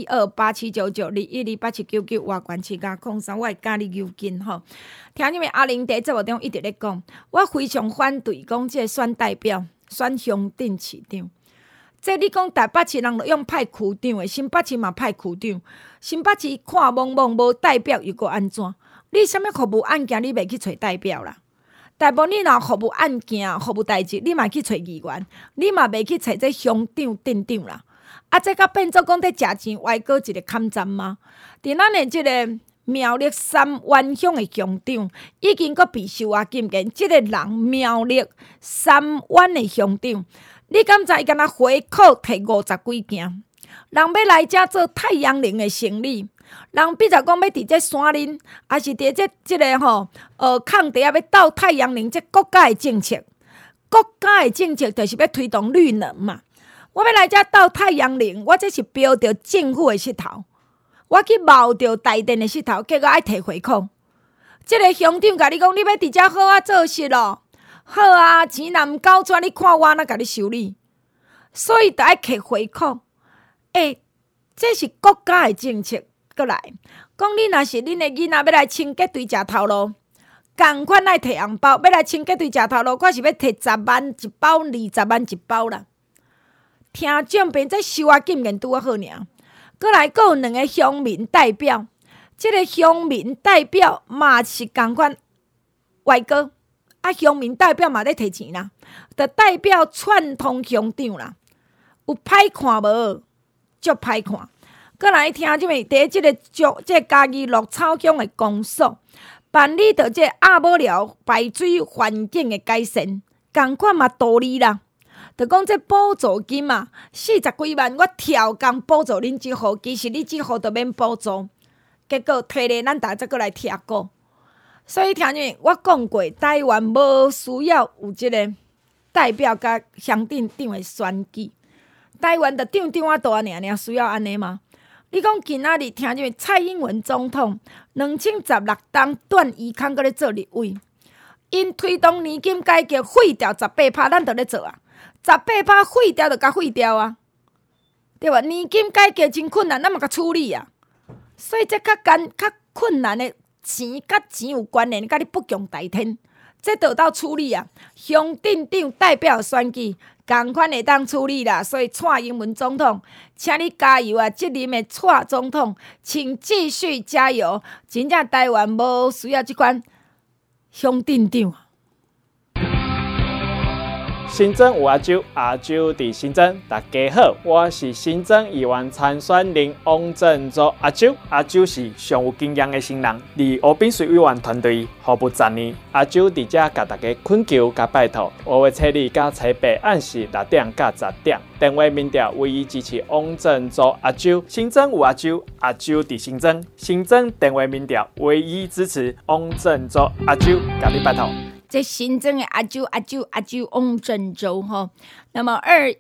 212879921287999外关市加03，我会教你邮金吼。听你们阿玲在节目中一直咧讲，我非常反对讲这选代表、选乡镇市长。这你讲台北市人就用派区长的，新北市嘛派区长，新北市看茫茫无代表又搁安怎？你啥物服务案件你袂去找代表啦？大部分你若服务案件、服务代志，你嘛去找议员，你嘛袂去找这乡长、镇长啦。啊，这甲变做讲在食钱歪过一个坎站吗？伫咱的这个苗栗3湾乡的乡长已经搁被收押禁见，这个人苗栗3湾的乡长。你敢知伊敢若回扣摕50几件？人要来遮做太阳能的生意，人比如讲要伫这山林，还是伫这个抗地啊，要斗太阳能，这国家的政策，国家的政策就是要推动绿能嘛。我要来遮斗太阳能，我这是标着政府的石头，我去冒着台电的石头，结果爱摕回扣。这个乡长甲你讲，你要伫遮好啊做事咯。好啊，钱若毋够怎？你看我哪甲你修理？所以就爱摕回扣。这是国家的政策。过来，讲你若是恁的囡仔要来清洁队食头路，共款爱摕红包，要来清洁队食头路，我是要摕10万一包、20万一包啦。听奖评这收押禁言拄啊好尔。过来，阁有2个乡民代表，这个乡民代表嘛是共款外国。啊，乡民代表嘛咧摕钱啦，就代表串通乡长啦，有歹看无？足歹看。过来听即面，第即个嘉义鹿草乡的公所办理着这阿母寮排水环境的改善，共款嘛道理啦。就讲这补助金嘛，40几万，我调工补助恁即户，其实你即户就免补助，结果摕咧咱大家再来贴过。所以听见我讲过，台湾无需要有即个代表甲乡镇长的选举，台湾的长啊大尔需要安尼吗？ 你讲今仔日听见蔡英文总统2016当段宜康搁咧做立委，因推动年金改革废掉18%，咱就咧做啊，18%废掉就甲废掉啊，对吧？年金改革真困难，咱嘛甲处理啊。所以这较困难的钱，甲钱有关联，甲你不共戴天，这就到处理啊。乡镇长代表选举，同款会当处理啦。所以蔡英文总统，请你加油啊！这任的蔡总统，请继续加油。真正台湾无需要这款乡镇长。 新增有阿周，阿周伫新增，大家好，我是新增议员参选人王振洲阿周。阿周是上有经验的新人，伫湖滨水委员团队服务10年。阿周伫遮甲大家恳求甲拜托，5月7日甲7月8暗时6点甲10点，电话民调唯一支持王振洲阿周。新增有阿周，阿周伫新增，新增电话民调唯一支持王振洲阿周，甲你拜托。 这新增的阿周翁振洲吼，那么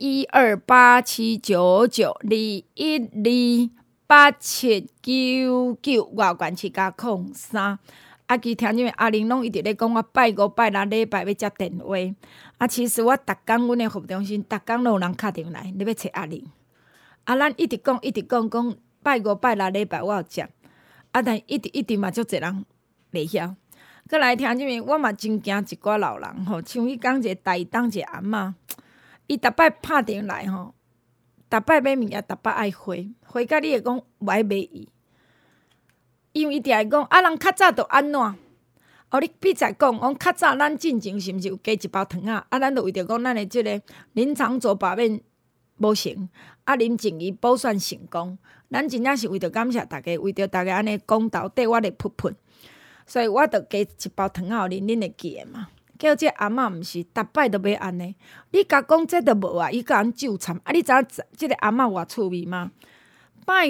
21287992128799外关系加03。啊，其听见阿玲拢一直咧讲，我拜5拜6礼拜要接电话。啊，其实我逐工阮的服务中心，逐工都有人敲电来，你要找阿玲。啊，咱一直讲讲拜5拜6礼拜我有接。啊，但一直嘛足侪人袂晓。搁来听即面，我嘛真惊一寡老人吼，像迄讲一个台东一个阿嬷，伊逐摆拍电话来吼，逐摆买物件，逐摆爱回甲你会讲无爱买伊，因为伊定会讲啊，人较早都安怎？哦，你比才讲，讲较早咱进前是毋是有加一包糖啊？啊，咱就为着讲咱的即个林长佐罢免无成，啊林静怡补选成功，咱真正是为着感谢大家，为着大家安尼公道对我的噗噗。所以我就加一包糖仔互恁会记诶嘛。结果这阿嬷毋是，逐摆都要安尼。你甲讲这都无啊，伊甲人纠缠。啊，你知影即个阿嬷偌趣味吗？拜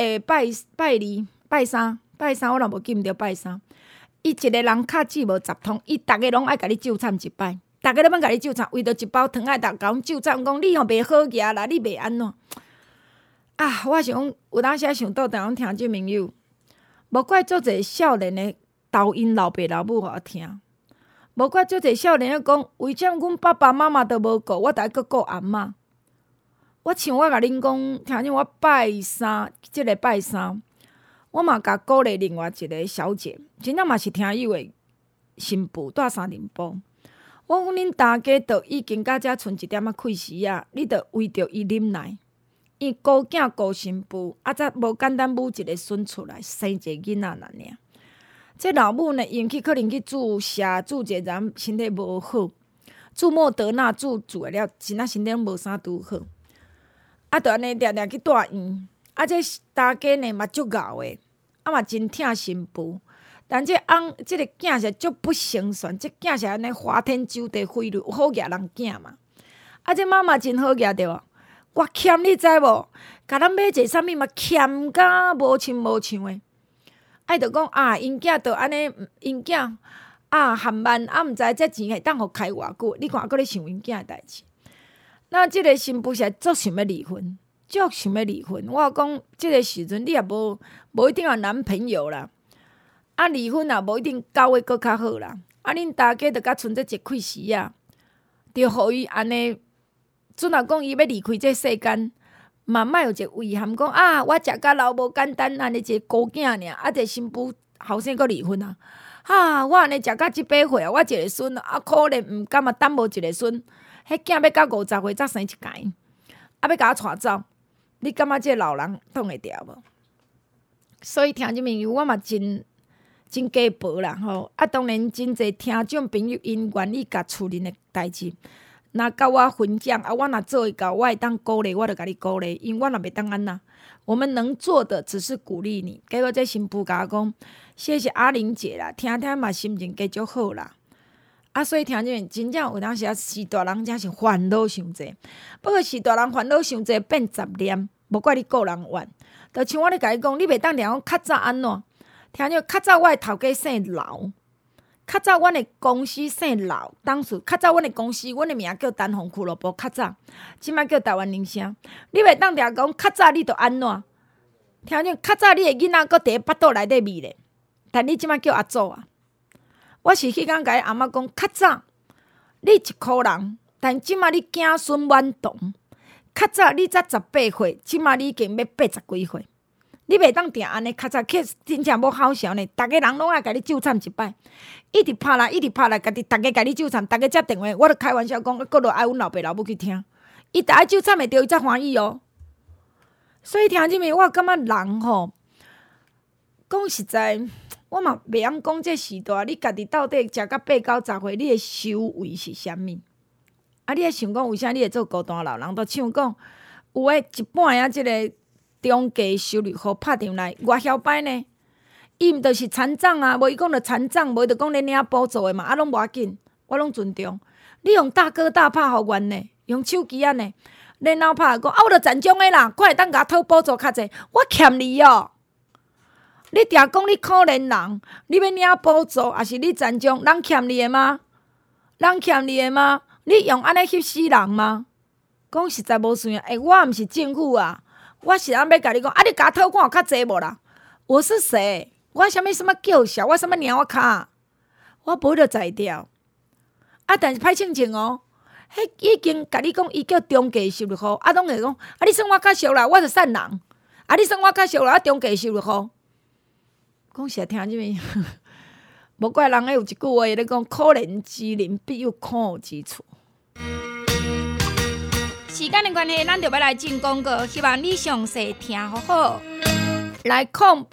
三，我若无记毋着拜三。伊一个人卡纸无10通，伊逐个拢爱甲你纠缠一摆，逐个都要甲你纠缠，为着一包糖仔，甲阮纠缠，讲你吼袂好举啦，你袂安怎？啊，我想有当时想倒当听即朋友，无怪足侪少年的。抖音老爸老母互我听，无怪足侪少年咧讲，为什阮爸爸妈妈都无顾，我着爱顾阿嬷。我像我甲恁讲，听见我拜三，即个拜三，我嘛甲鼓励另外一个小姐，真正嘛是听友的新妇住三林埔。我讲恁大家都已经到遮剩一点仔气时啊，你着为着伊忍耐，伊顾囝顾新妇，啊则无简单母一个孙出来，生一个囡仔尔。这老母呢，因可能去注射一个身体无好，注莫德纳注了，真仔身体无啥拄好。啊，就安尼定定去住院。啊，这大家呢嘛足敖的，啊嘛真疼新妇。但这个囝是足不成全，这囝是安尼花天酒地飞入，有好举人囝嘛。啊，这妈妈真好举对无？我欠你知无？甲咱买一啥物嘛欠甲无亲无像的。爱着讲啊，因囝着安尼，因囝啊含慢啊，毋知这钱会当互开偌久？你看还搁咧想因囝的代志。那即个新妇是足想要离婚，足想要离婚。我讲即个时阵，你也无一定有男朋友啦。啊，离婚也无一定交的搁较好啦。啊，恁大家着甲剩这一气时啊，着互伊安尼。准若讲伊要离开这世间。嘛，莫有一个遗憾，讲啊，我食甲老无简单，安尼一个孤囝尔，啊，一个新妇后生搁离婚啊！啊，我安尼食甲即把岁啊，我一个孙啊，可怜毋甘啊，耽无一个孙，迄囝要到50岁才生一间，啊，要甲我带走，你感觉这老人挡会牢无？所以听即朋友，我嘛真加薄啦吼！啊，当然真侪听众朋友因愿意甲厝人的代志。若甲我分享啊，我若做会到，我会当鼓励，我就甲你鼓励，因为我若袂当安那。我们能做的只是鼓励你。结果这新妇甲我讲，谢谢阿玲姐啦，听听嘛心情加足好啦。啊，所以听见真正有当时啊，是大人真是烦恼伤济。不过是大人烦恼伤济变杂念，无怪你个人怨。就像我咧甲你讲，你袂当讲较早安怎？听见较早我的头家姓刘。较早，阮的公司姓刘，当时较早，阮的公司，阮的名叫丹凤俱乐部。较早，即摆叫台湾铃声。你袂当定讲较早，你着安怎？ 听讲较早你的囡仔搁伫巴肚内底咪咧，但你即摆叫阿祖啊。我是迄工甲伊阿嬷讲，较早你1箍人，但即摆你子孙满堂。较早你才18岁，即摆你已经要80几岁。你袂当定安尼，较早去真正无好笑呢。逐个人拢爱甲你纠缠一摆，一直拍来，家己逐个甲你纠缠，逐个接电话，我著开玩笑讲，佫著爱阮老爸老母去听，伊逐个纠缠会着，伊才欢喜哦。所以听即面，我感觉人吼，讲实在，我嘛袂晓讲这时代，你家己到底食到8、9、10岁，你的修为是啥物？啊，你会想讲为啥你会做孤单老人？都像讲有诶一半啊，即个中低收入户拍电来外晓摆呢，伊毋著是残障啊，无伊讲着残障，无著讲咧领补助诶嘛，啊拢无要紧，我拢尊重。你用大哥大拍互阮呢，用手机啊呢，然后拍讲啊，我著残障诶啦，快会当甲我讨补助较济，我欠你哦。你定讲你可怜人，你要领补助，还是你残障？人欠你诶吗？人欠你诶吗？你用安尼翕死人吗？讲实在无算啊！我毋是政府啊，我是安要甲你讲，啊，你甲我讨看有较济无啦？我是谁？我什么叫嚣？我什么领我卡？我无得在调。啊，但是歹清清哦，迄已经甲你讲，伊叫中低收入户，啊，拢会讲，啊，你算我较俗啦，我是善人，啊，你算我较俗啦，中低收入户。讲实在听即面，无怪人有一句话咧讲，可怜之人必有可恶之处。时间的关系，咱就要来进广告，希望你详细听好好。来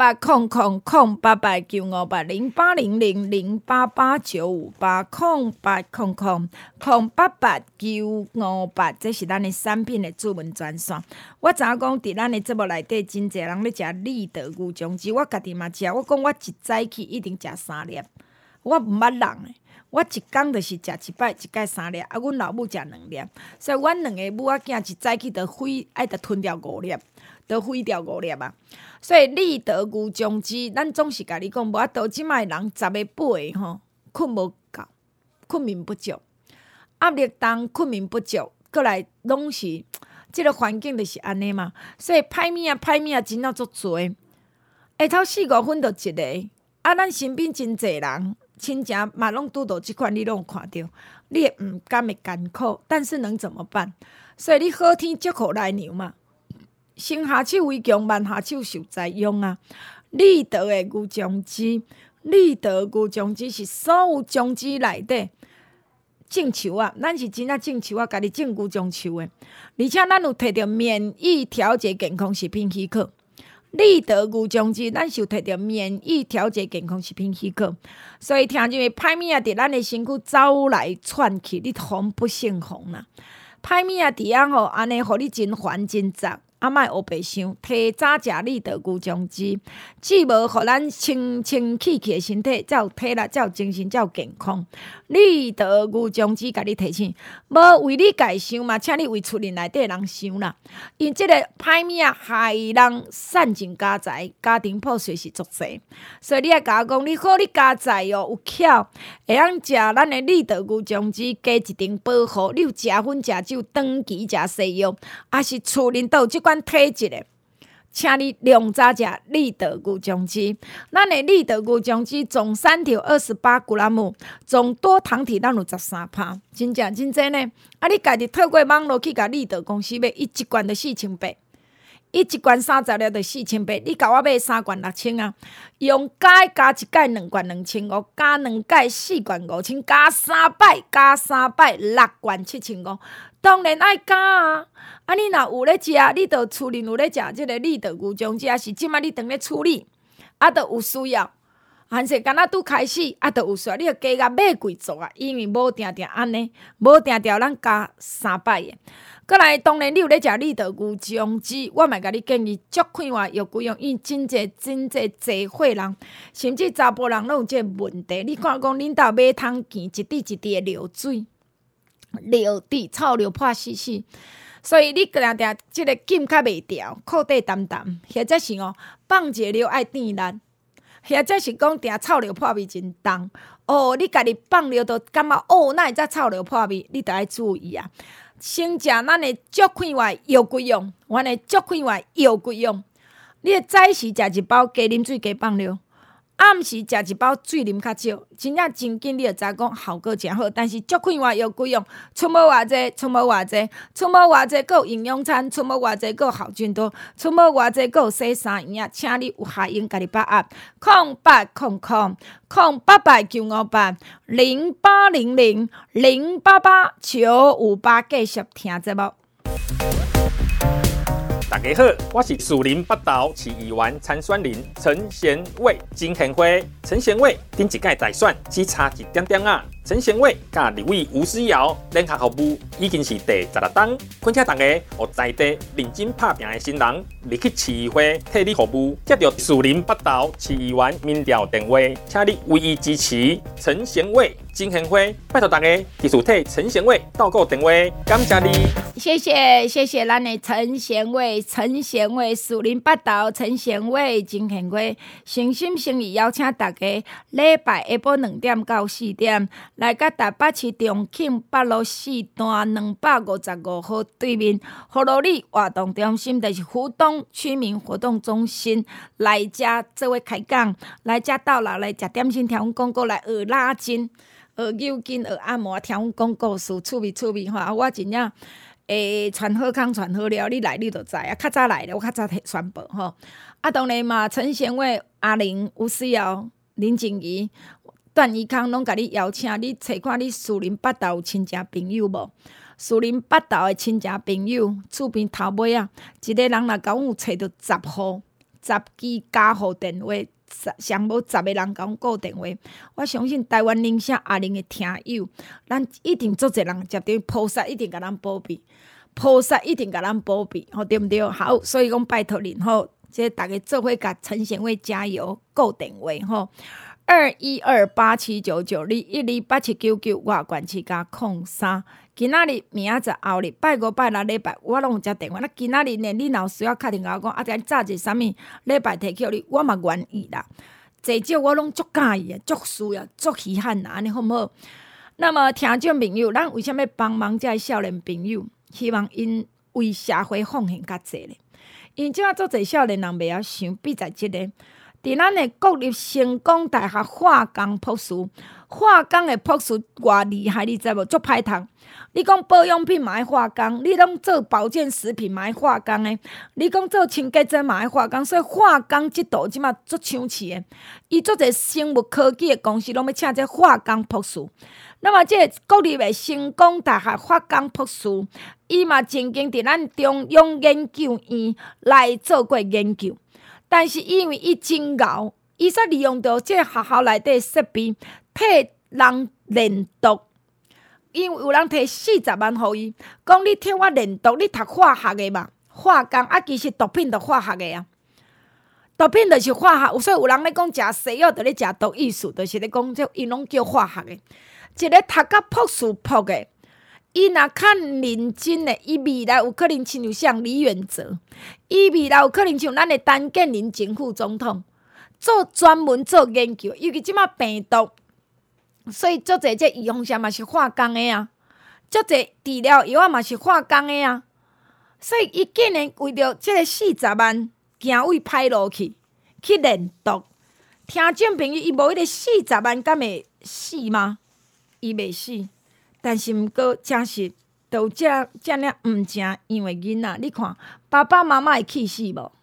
0800-088-958-088-958-088-958，这是咱的产品的主文专线。我知影讲，伫咱的节目内底，真侪人咧食立德牛种子，我家己嘛食。我讲我一早起一定食3粒，我毋捌人的。我一工就是食一摆，一摆3粒，啊，阮老母食2粒，所以阮2个母仔囝一早起就爱得吞掉5粒，就废掉5粒啊。所以立德牛种子，咱总是甲你讲，无法度即摆人10个8个吼，困无够，困眠不足，压力重，困眠不足，过来拢是即个环境就是安尼嘛。所以歹物啊，真啊足多，下头4、5分就一个，啊，咱身边真侪人。亲情嘛，拢拄到即款，你拢有看到，你会毋甘会艰苦，但是能怎么办？所以你好天足苦来牛嘛，先下手为强，慢下手受灾殃啊！立德的牛种子，立德牛种子是所有种子内底种树啊，咱是真正种树啊，家己种牛种树的，而且咱有摕到免疫调节健康食品许可。立德牛种子，咱是有摕到免疫调节健康食品许可，所以听入去歹物啊，伫咱的身躯走来窜去，你防不胜防啦。歹物啊，伫遐吼，安尼互你真烦真杂，啊，莫黑白想，提早食立德牛种子，既无互咱清清气气的身体，才有体力，才有精神，才有健康。立德牛种子，甲你提醒，无为你家想嘛，请你为厝人内底人想啦。因即个歹物啊，害人散尽家财，家庭破碎是足济。所以你爱甲我讲，你好，你家财哦有巧，会晓食咱的立德牛种子，加一定保护。你有食薰食酒，长期食西药，还是厝人都有即款体质的。请你量早食立德牛种子，咱的立德牛种子总3条28g，总多糖体咱有13%，真正真济呢。啊，你家己透过网络去甲立德公司买，伊一罐就4800，伊一罐30粒就4800，你甲我买3罐6000啊。用钙加一钙2罐2500，加2钙4罐5000，加3摆6罐7500。当然爱加啊！啊，你若有咧食，你著厝里有咧食即个立德牛种子，还是即摆你当咧处理，啊，著有需要。还是敢若拄开始，啊，著有需要，你著加甲买贵做啊，因为无定定安尼，无定定咱加300个。过来，当然你有咧食立德牛种子，我嘛甲你建议足快活药贵用，因为真济济伙人，甚至查甫人拢有即个问题。你看讲，恁兜马桶前一滴一滴的流水。流滴臭流破死，所以你定定即个紧较袂调，裤底澹澹，或者是放一个流爱电力，或者是讲定臭流破味真重。哦，你家己放流都感觉哪会才臭流破味，你著爱注意啊。先食咱的足快活药贵用，阮的足快活药贵用。 你会早时食一包，加啉水加放尿。暗时食一包，水啉较少，真正真紧，你就知讲效果诚好。但是足快活又贵用，出无偌济，搁有营养餐，出无偌济，搁有好菌多，出无偌济，搁有洗衫衣啊。请你有下用家己把握08000808000888继续听节目。 大家好，我是树林北投市议员参选人陈贤伟、金贤辉。陈贤伟顶一届大选只差一点点啊！陈贤伟甲立委吴思瑶联合服务已经是第16档，恳请大家有在地认真打拼的新人，立去市议会替你服务。接到树林北投市议员民调电话，请你唯一支持陈贤伟、金贤辉，拜托大家继续替陈贤伟斗个电话，感谢你。 谢谢咱的陈贤伟，树林北投陈贤伟，金贤辉，诚心诚意邀请大家礼拜下晡2点到4点。来甲台北市重庆北路4段255号对面葫芦里活动中心，就是湖东区民活动中心来遮做伙开讲，来遮逗留，来食点心，听阮广告，来学拉筋、学扭筋、学按摩，听阮讲故事，趣味吼！我真正传好康传好了，你来你就知啊。较早来咧，我较早宣布吼。啊，当然嘛，陈贤伟、阿玲、吴思瑶、林静怡。段宜康拢甲你邀请，你找看你树林北投有亲戚朋友无？树林北投的亲戚朋友，厝边头尾啊，一个人若甲阮有找到10户，10支家户电话，上无10个人甲阮顾电话。我相信台湾宁夏阿玲的听友，咱一定足侪人接到，菩萨一定甲咱保庇，吼对毋对？好，所以讲拜托恁吼，即大家做伙甲陈贤伟加油，顾电话吼。212879921287799外管7加03。今仔日明仔载后日拜5拜6礼拜，我拢有接电话。那今仔日呢，你若需要敲电话讲，啊，甲你早一啥物礼拜提起你，我嘛愿意啦。至少我拢足介意啊，足需要，足稀罕啊，安尼好毋好？那么听众朋友，咱为什么帮忙这些少年朋友？希望因为社会奉献较济咧。因即仔足侪少年人袂晓想，比在即个。伫咱的国立成功大学化工博士，化工的博士偌厉害，你知无？足歹读。你讲保养品嘛爱化工，你拢做保健食品嘛爱化工的，你讲做清洁剂嘛爱化工，所以化工即道即马足抢市的。伊足侪生物科技的公司拢要请这化工博士。那么这国立的成功大学化工博士，伊嘛曾经伫咱中央研究院来做过研究。但是因为伊真牛，伊煞利用到这学校内底设备替人练毒，因为有人摕40万互伊，讲你替我练毒，你读化学的嘛，化工啊，其实毒品就化学的啊，毒品就是化学，所以有人咧讲食西药就咧食毒，意思就是咧讲这伊拢叫化学的。一个读到博士博的，伊若较认真的，伊未来有可能亲像李远哲，伊未来有可能像咱的陈建仁前副总统，做专门做研究，尤其即马病毒，所以足侪这预防针嘛是化工的啊，足侪治疗药嘛是化工的啊，所以伊竟然为着这个40万行为歹路去练毒，听众朋友，伊无迄个40万，敢会死吗？伊袂死。但是毋过，真是都这尔毋正因为囡仔，你看爸爸妈妈会气死无？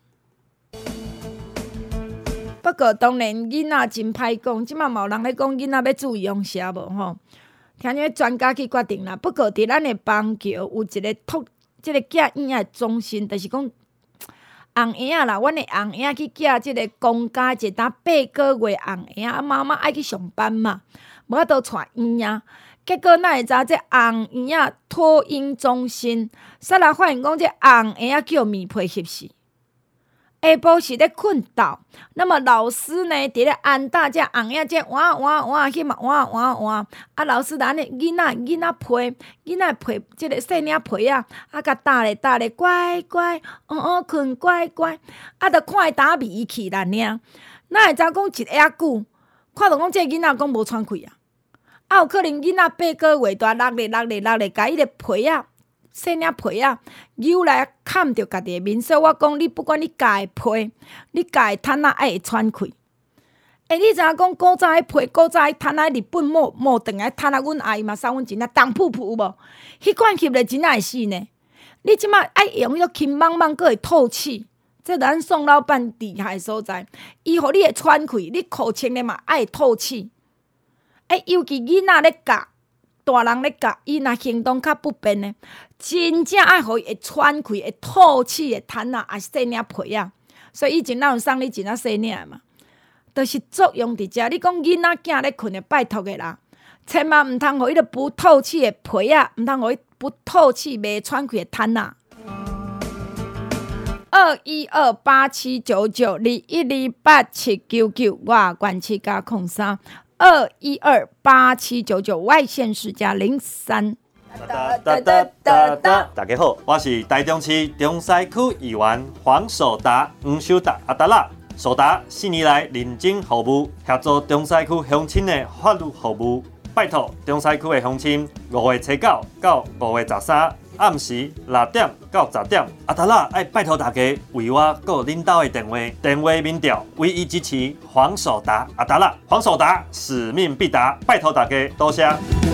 不过当然囡仔真歹讲，即马嘛有人咧讲囡仔要注意用食无吼？听这专家去决定啦。不过伫咱的邦桥有一个即个寄婴仔中心，就是讲红婴仔啦，阮的红婴仔去寄即个公家一单8个月红婴仔，妈妈爱去上班嘛，无法度带婴仔。结果哪会知这红婴仔托婴中心，煞来发现讲这红婴仔叫棉被翕死，下晡是咧困觉。那么老师呢，伫咧安大这红婴仔这换去嘛换，啊老师安尼囡仔被即个细领被啊，甲搭咧乖乖，困乖乖，啊，着看伊打迷去啦尔。哪会知讲一下久，看到讲这囡仔讲无喘气啊。啊，有可能囡仔8个月大，落咧，甲伊个被啊， 细领被啊，扭来砍着家己的面，所以我讲，你不管你家的被，你家的毯仔爱会喘气。你知影讲古早的被，古早的毯仔日本抹长的毯仔，阮阿姨嘛送阮真啊，重噗噗无？迄款吸咧真正会死呢。你即摆爱用迄个轻茫茫，佫会透气。这咱宋老板厉害所在，伊互你会喘气，你裤穿咧嘛爱透气。尤其囡仔咧教，大人咧教，伊若行动较不便呢，真正爱互伊会喘气、会透气的毯仔，也是细领被啊。所以以前咱有送你真啊细领嘛，就是作用伫遮。你讲囡仔囝咧困的，拜托的啦，千万毋通互伊个不透气的被啊，毋通互伊不透气、袂喘气的毯仔。212879921287799外关7加03 2128799外县市加03。 大家好，我是台中市中西区议员黄守达、黄守达阿达拉。守达4年来认真服务，协助中西区乡亲的法律服务。拜托中西区的乡亲，5月初9到5月13。暗时6点到10点，阿达拉爱拜托大家为我个领导的电话民调，唯一支持黄守达阿达拉，黄守达使命必达，拜托大家多谢。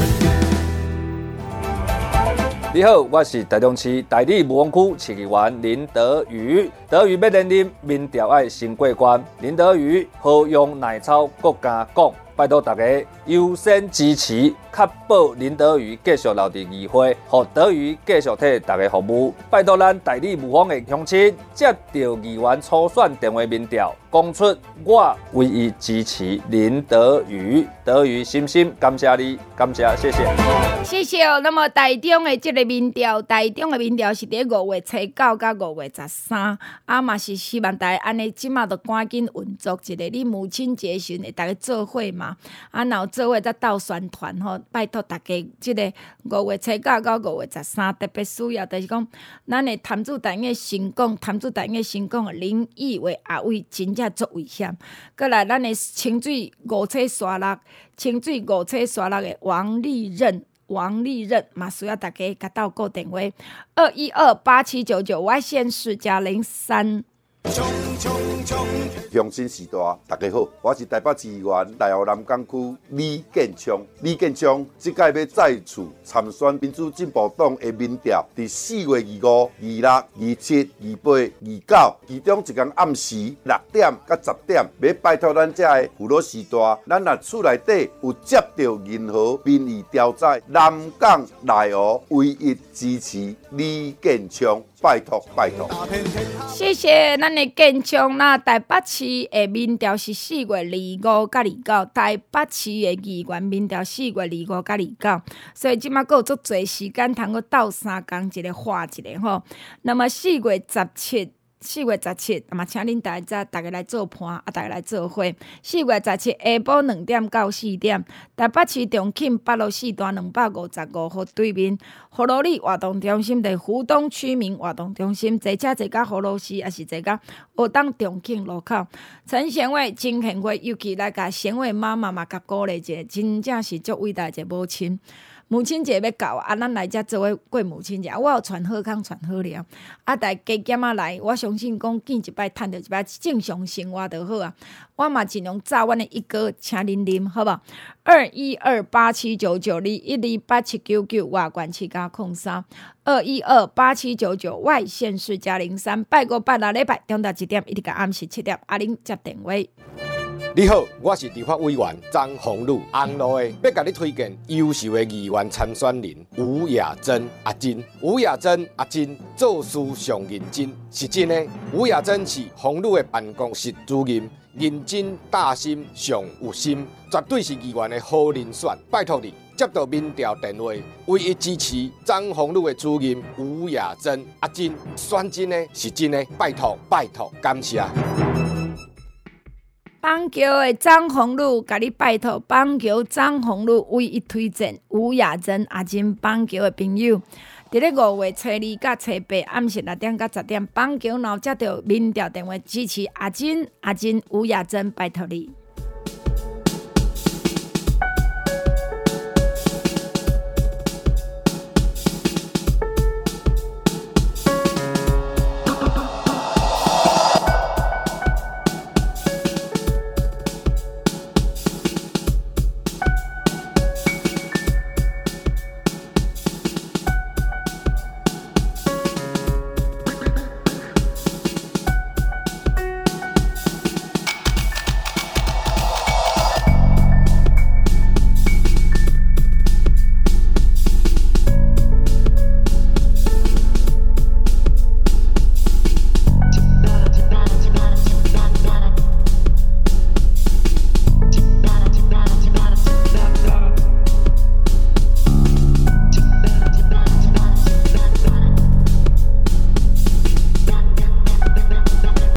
你好，我是台中市大理武峰区市议员林德瑜。德瑜要连任民调爱先过关，林德瑜好用奶草国家讲。拜托大家优先支持，确保林德瑜继续留伫议会，让德瑜继续替大家服务。拜托咱大理武峰的乡亲，接到议员初选电话民调，讲出我唯一支持林德瑜。德瑜深深感谢你，感谢，谢谢。 谢谢。那么台中的这个民调，是伫5月初9到5月13，嘛是希望大家安尼即马就赶紧运作一个，你母亲节时会大家做伙嘛。若有做伙再斗宣传吼，拜托大家，即个5月初9到5月13，特别需要就是讲，咱的潭子台的成功的林义伟阿伟真正足危险。过来，咱的清水5车沙拉的王丽任嘛需要大家甲斗顾电话2128799外县市加03。 乡亲时代，大家好，我是台北市议员内湖南港区李建昌。李建昌即届要再次参选民主进步党的民调，伫4月25、26、27、28、29，其中一天暗时6点到10点，要拜托咱这的妇女时代，咱若厝内底有接到任何民意调查，南港内湖唯一支持李建昌，拜托拜托。 谢谢咱的建昌。那台北市的民调是4月25到29，台北市的议员民调4月25到29，所以即马还有足侪时间通去斗3工一个画一个吼。那么4月17，那么请恁大家来做伴，大家来做伙。4月17下晡2点到4点，台北市重庆8路4段255号对面，葫芦里活动中心伫湖东区民活动中心，坐车坐到葫芦市，也是坐到学堂重庆路口。陈贤惠、金贤惠，尤其来甲贤惠妈妈嘛，甲鼓励者，真正是足伟大一个母亲。母亲节要到咱来遮做伙过母亲节，我有传好康传好了，大家减来，我相信讲见一摆趁着一摆正常生活就好啊。我嘛尽量早阮的一个请恁啉，好无？212879921287799外关7加03 2128799外县市加03，拜5拜6礼拜中昼1点一直到暗时7点，阿玲接电话。 你好，我是立法委员张宏宇，红路的要甲你推荐优秀的议员参选人吴雅珍阿珍。吴雅珍阿珍做事上认真，是真的。吴雅珍是宏宇的办公室主任，认真大心上有心，绝对是议员的好人选。拜托你接到民调电话，唯一支持张宏宇的主任吴雅珍阿珍，选真的是真的。拜托拜托，感谢。 邦桥的张宏宇，甲你拜托，邦桥张宏宇唯一推荐吴雅珍阿珍，邦桥的朋友，伫咧5月初2到初8暗时6点到10点，邦桥若接到民调电话支持阿珍吴雅珍，拜托你。